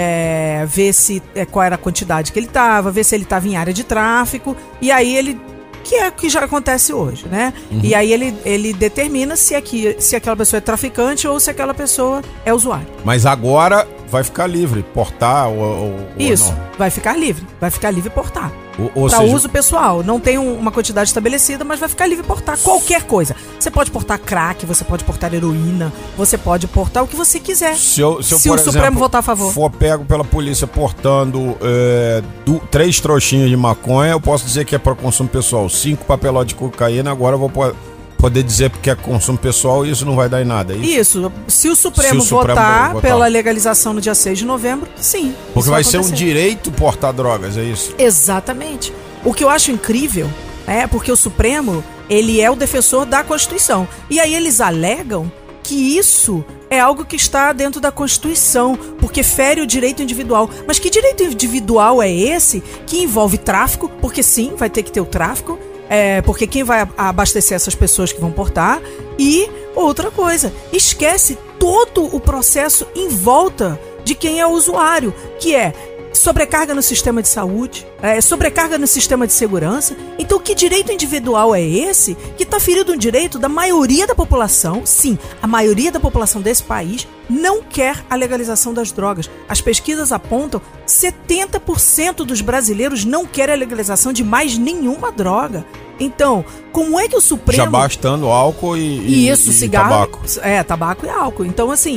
S8: é, vê se, é, qual era a quantidade que ele tava, vê se ele tava em área de tráfico, e aí ele... que é o que já acontece hoje, né? Uhum. E aí ele, ele determina se, aqui, se aquela pessoa é traficante ou se aquela pessoa é usuário.
S2: Mas agora vai ficar livre, portar ou, ou
S8: Isso,
S2: ou não?
S8: vai ficar livre, vai ficar livre portar.
S2: Ou
S8: Para
S2: seja,
S8: uso pessoal, não tem um, uma quantidade estabelecida, mas vai ficar livre portar qualquer coisa. Você pode portar crack, você pode portar heroína, você pode portar o que você quiser.
S2: Se, eu, se, eu,
S8: se
S2: por
S8: o
S2: exemplo,
S8: Supremo votar a favor.
S2: for pego pela polícia portando é, do, três trouxinhas de maconha, eu posso dizer que é para consumo pessoal. Cinco papelotes de cocaína, agora eu vou po- poder dizer que é consumo pessoal e isso não vai dar em nada. É isso?
S8: Isso, se o Supremo,
S2: Se o Supremo
S8: votar,
S2: votar.
S8: pela legalização no dia seis de novembro, sim.
S2: Porque
S8: isso
S2: vai ser um
S8: acontecer.
S2: direito portar drogas, é isso?
S8: Exatamente. O que eu acho incrível é porque o Supremo, ele é o defensor da Constituição. E aí eles alegam que isso é algo que está dentro da Constituição, porque fere o direito individual. Mas que direito individual é esse que envolve tráfico? Porque sim, vai ter que ter o tráfico, é, porque quem vai abastecer essas pessoas que vão portar? E outra coisa, esquece todo o processo em volta de quem é o usuário, que é sobrecarga no sistema de saúde, é, sobrecarga no sistema de segurança. Então que direito individual é esse que está ferindo um direito da maioria da população? Sim, a maioria da população desse país não quer a legalização das drogas. As pesquisas apontam que setenta por cento dos brasileiros não querem a legalização de mais nenhuma droga. Então, como é que o Supremo...
S2: Já bastando álcool e, e,
S8: Isso,
S2: e
S8: cigarro,
S2: tabaco.
S8: É, tabaco e álcool. Então, assim...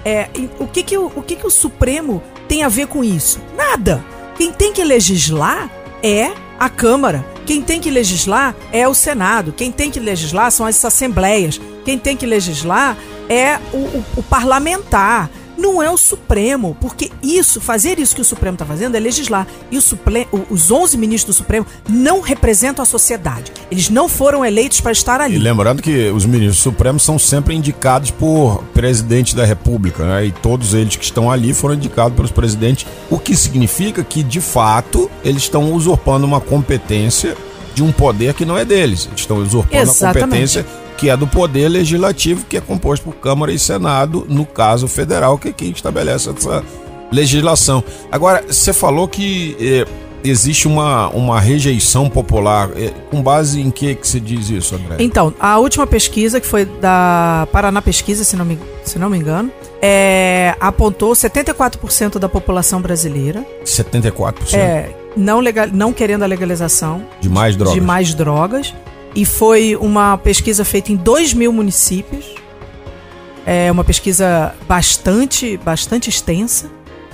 S8: É, o que que o, o que que o Supremo tem a ver com isso? Nada. Quem tem que legislar é a Câmara. Quem tem que legislar é o Senado. Quem tem que legislar são as assembleias. Quem tem que legislar é o, o, o parlamentar. Não é o Supremo, porque isso, fazer isso que o Supremo está fazendo é legislar. E o Supremo, os onze ministros do Supremo não representam a sociedade. Eles não foram eleitos para estar ali.
S2: E lembrando que os ministros supremos são sempre indicados por presidente da República, né? E todos eles que estão ali foram indicados pelos presidentes, o que significa que, de fato, eles estão usurpando uma competência de um poder que não é deles. Eles estão usurpando Exatamente. a competência que é do Poder Legislativo, que é composto por Câmara e Senado, no caso federal, que é quem estabelece essa legislação. Agora, você falou que eh, existe uma, uma rejeição popular. Eh, com base em que que se diz isso, André?
S8: Então, a última pesquisa, que foi da Paraná Pesquisa, se não me, se não me engano, é, apontou setenta e quatro por cento da população brasileira.
S2: setenta e quatro por cento?
S8: É, não, legal, não querendo a legalização
S2: de mais drogas.
S8: De mais drogas. E foi uma pesquisa feita em dois mil municípios. É uma pesquisa bastante, bastante extensa.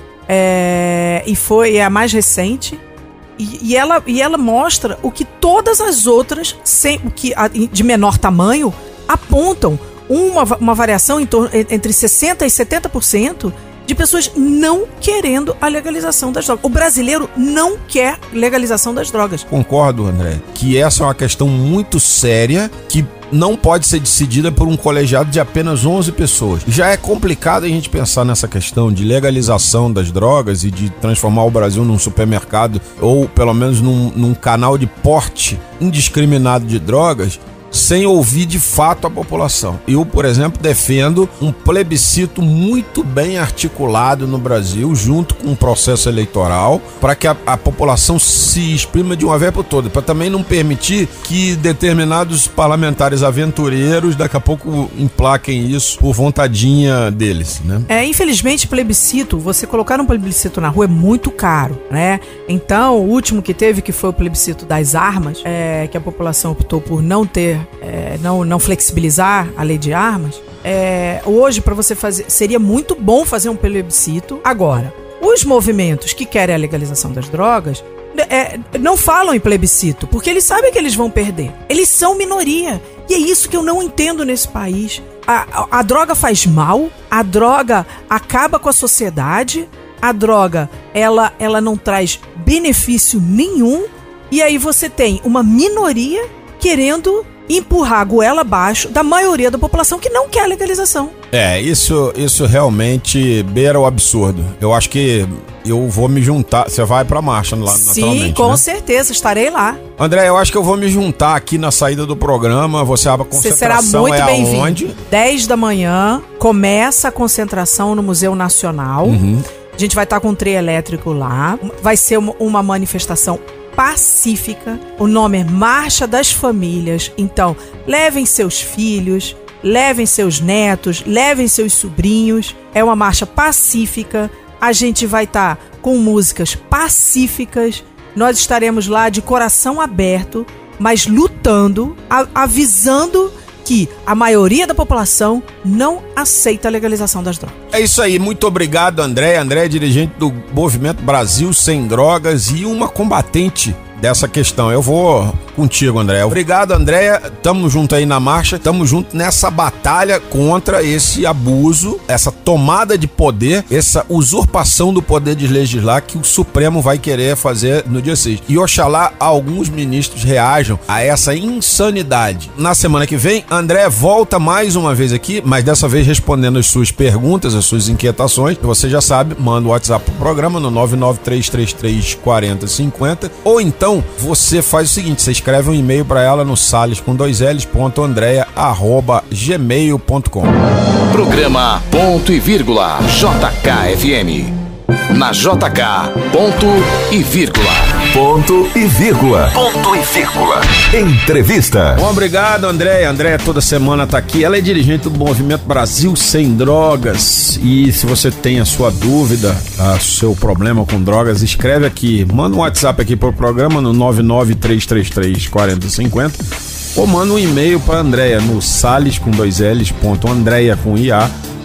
S8: É, e foi é a mais recente. E, e, ela, e ela mostra o que todas as outras, sem, o que, de menor tamanho, apontam. Uma, uma variação em torno, entre sessenta por cento e setenta por cento de pessoas não querendo a legalização das drogas. O brasileiro não quer legalização das drogas.
S2: Concordo, André, que essa é uma questão muito séria que não pode ser decidida por um colegiado de apenas onze pessoas. Já é complicado a gente pensar nessa questão de legalização das drogas e de transformar o Brasil num supermercado ou pelo menos num, num canal de porte indiscriminado de drogas, sem ouvir de fato a população. Eu, por exemplo, defendo um plebiscito muito bem articulado no Brasil, junto com um processo eleitoral, para que a, a população se exprima de uma vez por toda, para também não permitir que determinados parlamentares aventureiros daqui a pouco emplaquem isso por vontadinha deles, né?
S8: É, infelizmente, plebiscito, você colocar um plebiscito na rua é muito caro, né? Então, o último que teve, que foi o plebiscito das armas, é, que a população optou por não ter É, não, não flexibilizar a lei de armas, é, hoje para você fazer, seria muito bom fazer um plebiscito. Agora, os movimentos que querem a legalização das drogas é, não falam em plebiscito, porque eles sabem que eles vão perder. Eles são minoria, e é isso que eu não entendo nesse país. A, a, a droga faz mal, a droga acaba com a sociedade, a droga ela, ela não traz benefício nenhum, e aí você tem uma minoria querendo empurrar a goela abaixo da maioria da população que não quer a legalização.
S2: É, isso, isso realmente beira o absurdo. Eu acho que eu vou me juntar. Você vai pra marcha lá,
S8: Sim,
S2: naturalmente,
S8: Sim, com
S2: né?
S8: certeza, estarei lá.
S2: André, eu acho que eu vou me juntar aqui na saída do programa. Você abre a concentração.
S8: Você será muito
S2: é
S8: bem-vindo.
S2: aonde?
S8: dez da manhã, começa a concentração no Museu Nacional.
S2: Uhum.
S8: A gente vai estar com um trio elétrico lá. Vai ser uma, uma manifestação pacífica. O nome é Marcha das Famílias. Então, levem seus filhos, levem seus netos, levem seus sobrinhos. É uma marcha pacífica. A gente vai estar com músicas pacíficas. Nós estaremos lá de coração aberto, mas lutando, a, avisando que a maioria da população não aceita a legalização das drogas.
S2: É isso aí, muito obrigado, André. André é dirigente do Movimento Brasil Sem Drogas e uma combatente dessa questão. Eu vou contigo, André. Obrigado, Andréia. Tamo junto aí na marcha, tamo junto nessa batalha contra esse abuso, essa tomada de poder, essa usurpação do poder de legislar que o Supremo vai querer fazer no dia seis. E oxalá alguns ministros reajam a essa insanidade. Na semana que vem, André volta mais uma vez aqui, mas dessa vez respondendo as suas perguntas, as suas inquietações. Você já sabe, manda o WhatsApp pro programa no nove nove três três três quatro zero cinco zero, ou então você faz o seguinte, você escreve um e-mail para ela no sales com dois l's ponto andreia arroba gmail ponto com.
S1: Programa Ponto e Vírgula J K F M. Na J K, ponto e vírgula.
S3: Ponto e vírgula. Ponto e vírgula. Entrevista.
S2: Bom, obrigado, André. André toda semana tá aqui. Ela é dirigente do Movimento Brasil Sem Drogas. E se você tem a sua dúvida, o seu problema com drogas, escreve aqui. Manda um WhatsApp aqui pro programa no nove nove três três três quatro zero cinco zero ou manda um e-mail para Andréia no sales com dois l's ponto andreia com ia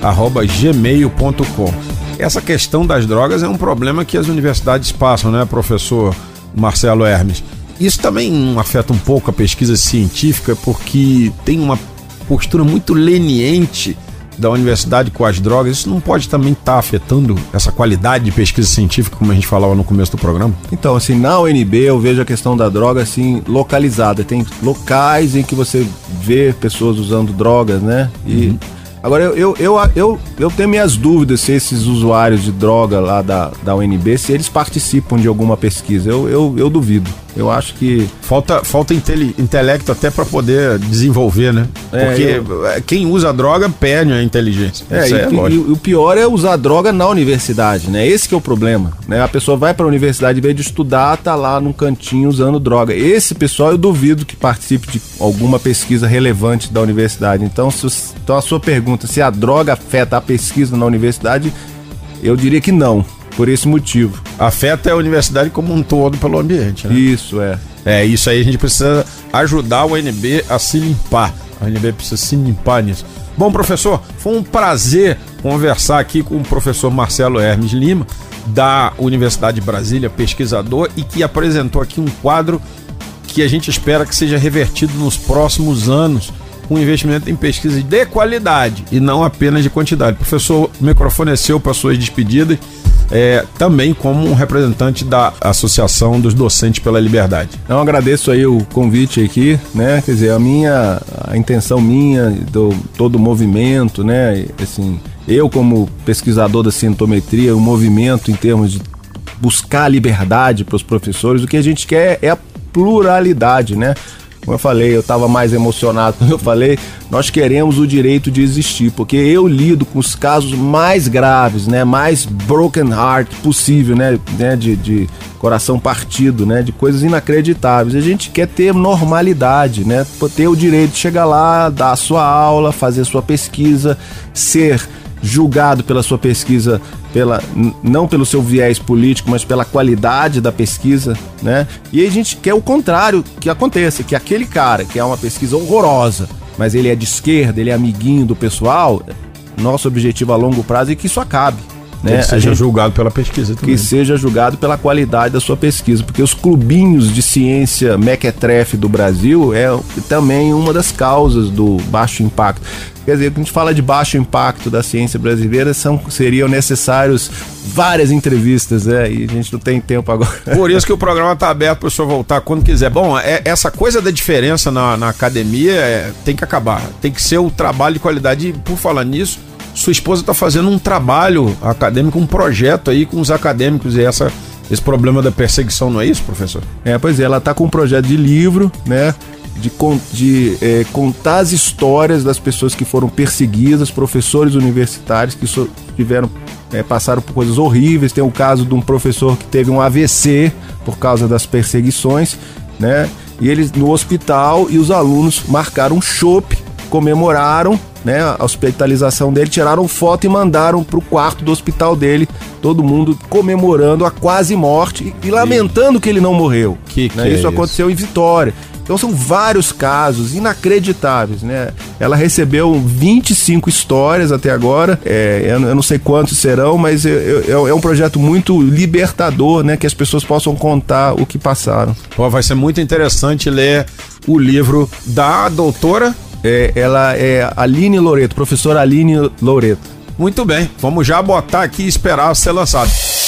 S2: arroba gmail ponto com. Essa questão das drogas é um problema que as universidades passam, né, professor Marcelo Hermes? Isso também afeta um pouco a pesquisa científica, porque tem uma postura muito leniente da universidade com as drogas. Isso não pode também estar tá afetando essa qualidade de pesquisa científica, como a gente falava no começo do programa?
S4: Então, assim, na U N B eu vejo a questão da droga, assim, localizada. Tem locais em que você vê pessoas usando drogas, né? E... Uhum. Agora, eu, eu, eu, eu, eu tenho minhas dúvidas se esses usuários de droga lá da, da U N B, se eles participam de alguma pesquisa. Eu, eu, eu duvido. Eu acho que...
S2: Falta, falta intele, intelecto até para poder desenvolver, né?
S4: É,
S2: Porque
S4: eu...
S2: quem usa droga perde a inteligência.
S4: É, Isso e, é e, e o pior é usar droga na universidade, né? Esse que é o problema, né? A pessoa vai para a universidade, em vez de estudar, tá lá num cantinho usando droga. Esse pessoal eu duvido que participe de alguma pesquisa relevante da universidade. Então, se, então a sua pergunta, se a droga afeta a pesquisa na universidade, eu diria que não. Por esse motivo.
S2: Afeta a universidade como um todo pelo ambiente, né?
S4: Isso, é.
S2: É, isso aí a gente precisa ajudar a U N B a se limpar. A U N B precisa se limpar nisso. Bom, professor, foi um prazer conversar aqui com o professor Marcelo Hermes Lima, da Universidade de Brasília, pesquisador, e que apresentou aqui um quadro que a gente espera que seja revertido nos próximos anos, com investimento em pesquisa de qualidade e não apenas de quantidade. Professor, o microfone é seu para suas despedidas. É, também como um representante da Associação dos Docentes pela Liberdade.
S4: Eu agradeço aí o convite aqui, né? Quer dizer, a minha, a intenção minha, do todo o movimento, né? Assim, eu como pesquisador da cientometria, o movimento em termos de buscar liberdade para os professores, o que a gente quer é a pluralidade, né? Como eu falei, eu estava mais emocionado quando eu falei, nós queremos o direito de existir, porque eu lido com os casos mais graves, né, mais broken heart possível, né, né de, de coração partido, né, de coisas inacreditáveis. A gente quer ter normalidade, né, ter o direito de chegar lá, dar a sua aula, fazer a sua pesquisa, ser julgado pela sua pesquisa, pela, não pelo seu viés político, mas pela qualidade da pesquisa, né? E a gente quer o contrário que aconteça, que aquele cara que é uma pesquisa horrorosa, mas ele é de esquerda, ele é amiguinho do pessoal, nosso objetivo a longo prazo é que isso acabe. Né?
S2: Que seja gente, julgado pela pesquisa também.
S4: Que seja julgado pela qualidade da sua pesquisa, porque os clubinhos de ciência mequetrefe do Brasil é também uma das causas do baixo impacto. Quer dizer, quando a gente fala de baixo impacto da ciência brasileira, são, seriam necessários várias entrevistas, né? E a gente não tem tempo agora.
S2: Por isso que o programa está aberto para o senhor voltar quando quiser. Bom, é, essa coisa da diferença na, na academia é, tem que acabar. Tem que ser o trabalho de qualidade. E, por falar nisso, sua esposa está fazendo um trabalho acadêmico, um projeto aí com os acadêmicos e essa, esse problema da perseguição, não é isso, professor?
S4: É, pois é, ela está com um projeto de livro, né? De, de é, contar as histórias das pessoas que foram perseguidas, professores universitários que so, tiveram, é, passaram por coisas horríveis. Tem o caso de um professor que teve um A V C por causa das perseguições, né? E eles no hospital, e os alunos marcaram um chopp, comemoraram, né, a hospitalização dele, tiraram foto e mandaram pro quarto do hospital dele, todo mundo comemorando a quase morte e, e lamentando que ele não morreu.
S2: Que, que
S4: né?
S2: é
S4: isso
S2: isso
S4: aconteceu em Vitória. Então são vários casos inacreditáveis, né? Ela recebeu vinte e cinco histórias até agora, é, eu, eu não sei quantos serão, mas é, é, é um projeto muito libertador, né? Que as pessoas possam contar o que passaram.
S2: Pô, vai ser muito interessante ler o livro da doutora...
S4: É, ela é Aline Loreto, professora Aline Loreto.
S2: Muito bem, vamos já botar aqui e esperar ser lançado.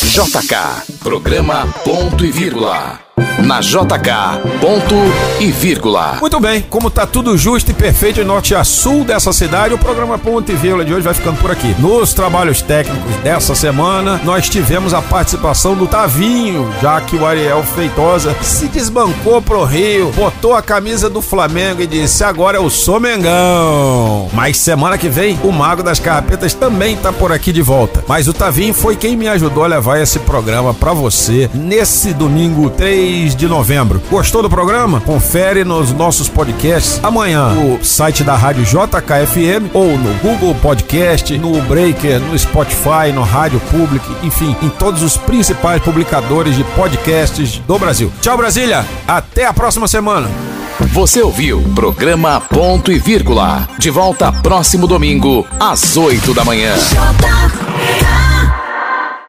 S1: J K, programa ponto e vírgula. Na J K, ponto e vírgula.
S2: Muito bem, como tá tudo justo e perfeito em norte a sul dessa cidade, o programa Ponto e Vírgula de hoje vai ficando por aqui. Nos trabalhos técnicos dessa semana, nós tivemos a participação do Tavinho, já que o Ariel Feitosa se desbancou pro Rio, botou a camisa do Flamengo e disse: agora eu sou Mengão. Mas semana que vem, o Mago das Carrapetas também tá por aqui de volta. Mas o Tavinho foi quem me ajudou a levar esse programa pra você nesse domingo três de novembro. Gostou do programa? Confere nos nossos podcasts amanhã no site da Rádio J K F M ou no Google Podcast, no Breaker, no Spotify, no Rádio Public, enfim, em todos os principais publicadores de podcasts do Brasil. Tchau, Brasília! Até a próxima semana!
S1: Você ouviu programa Ponto e Vírgula. De volta próximo domingo, às oito da manhã.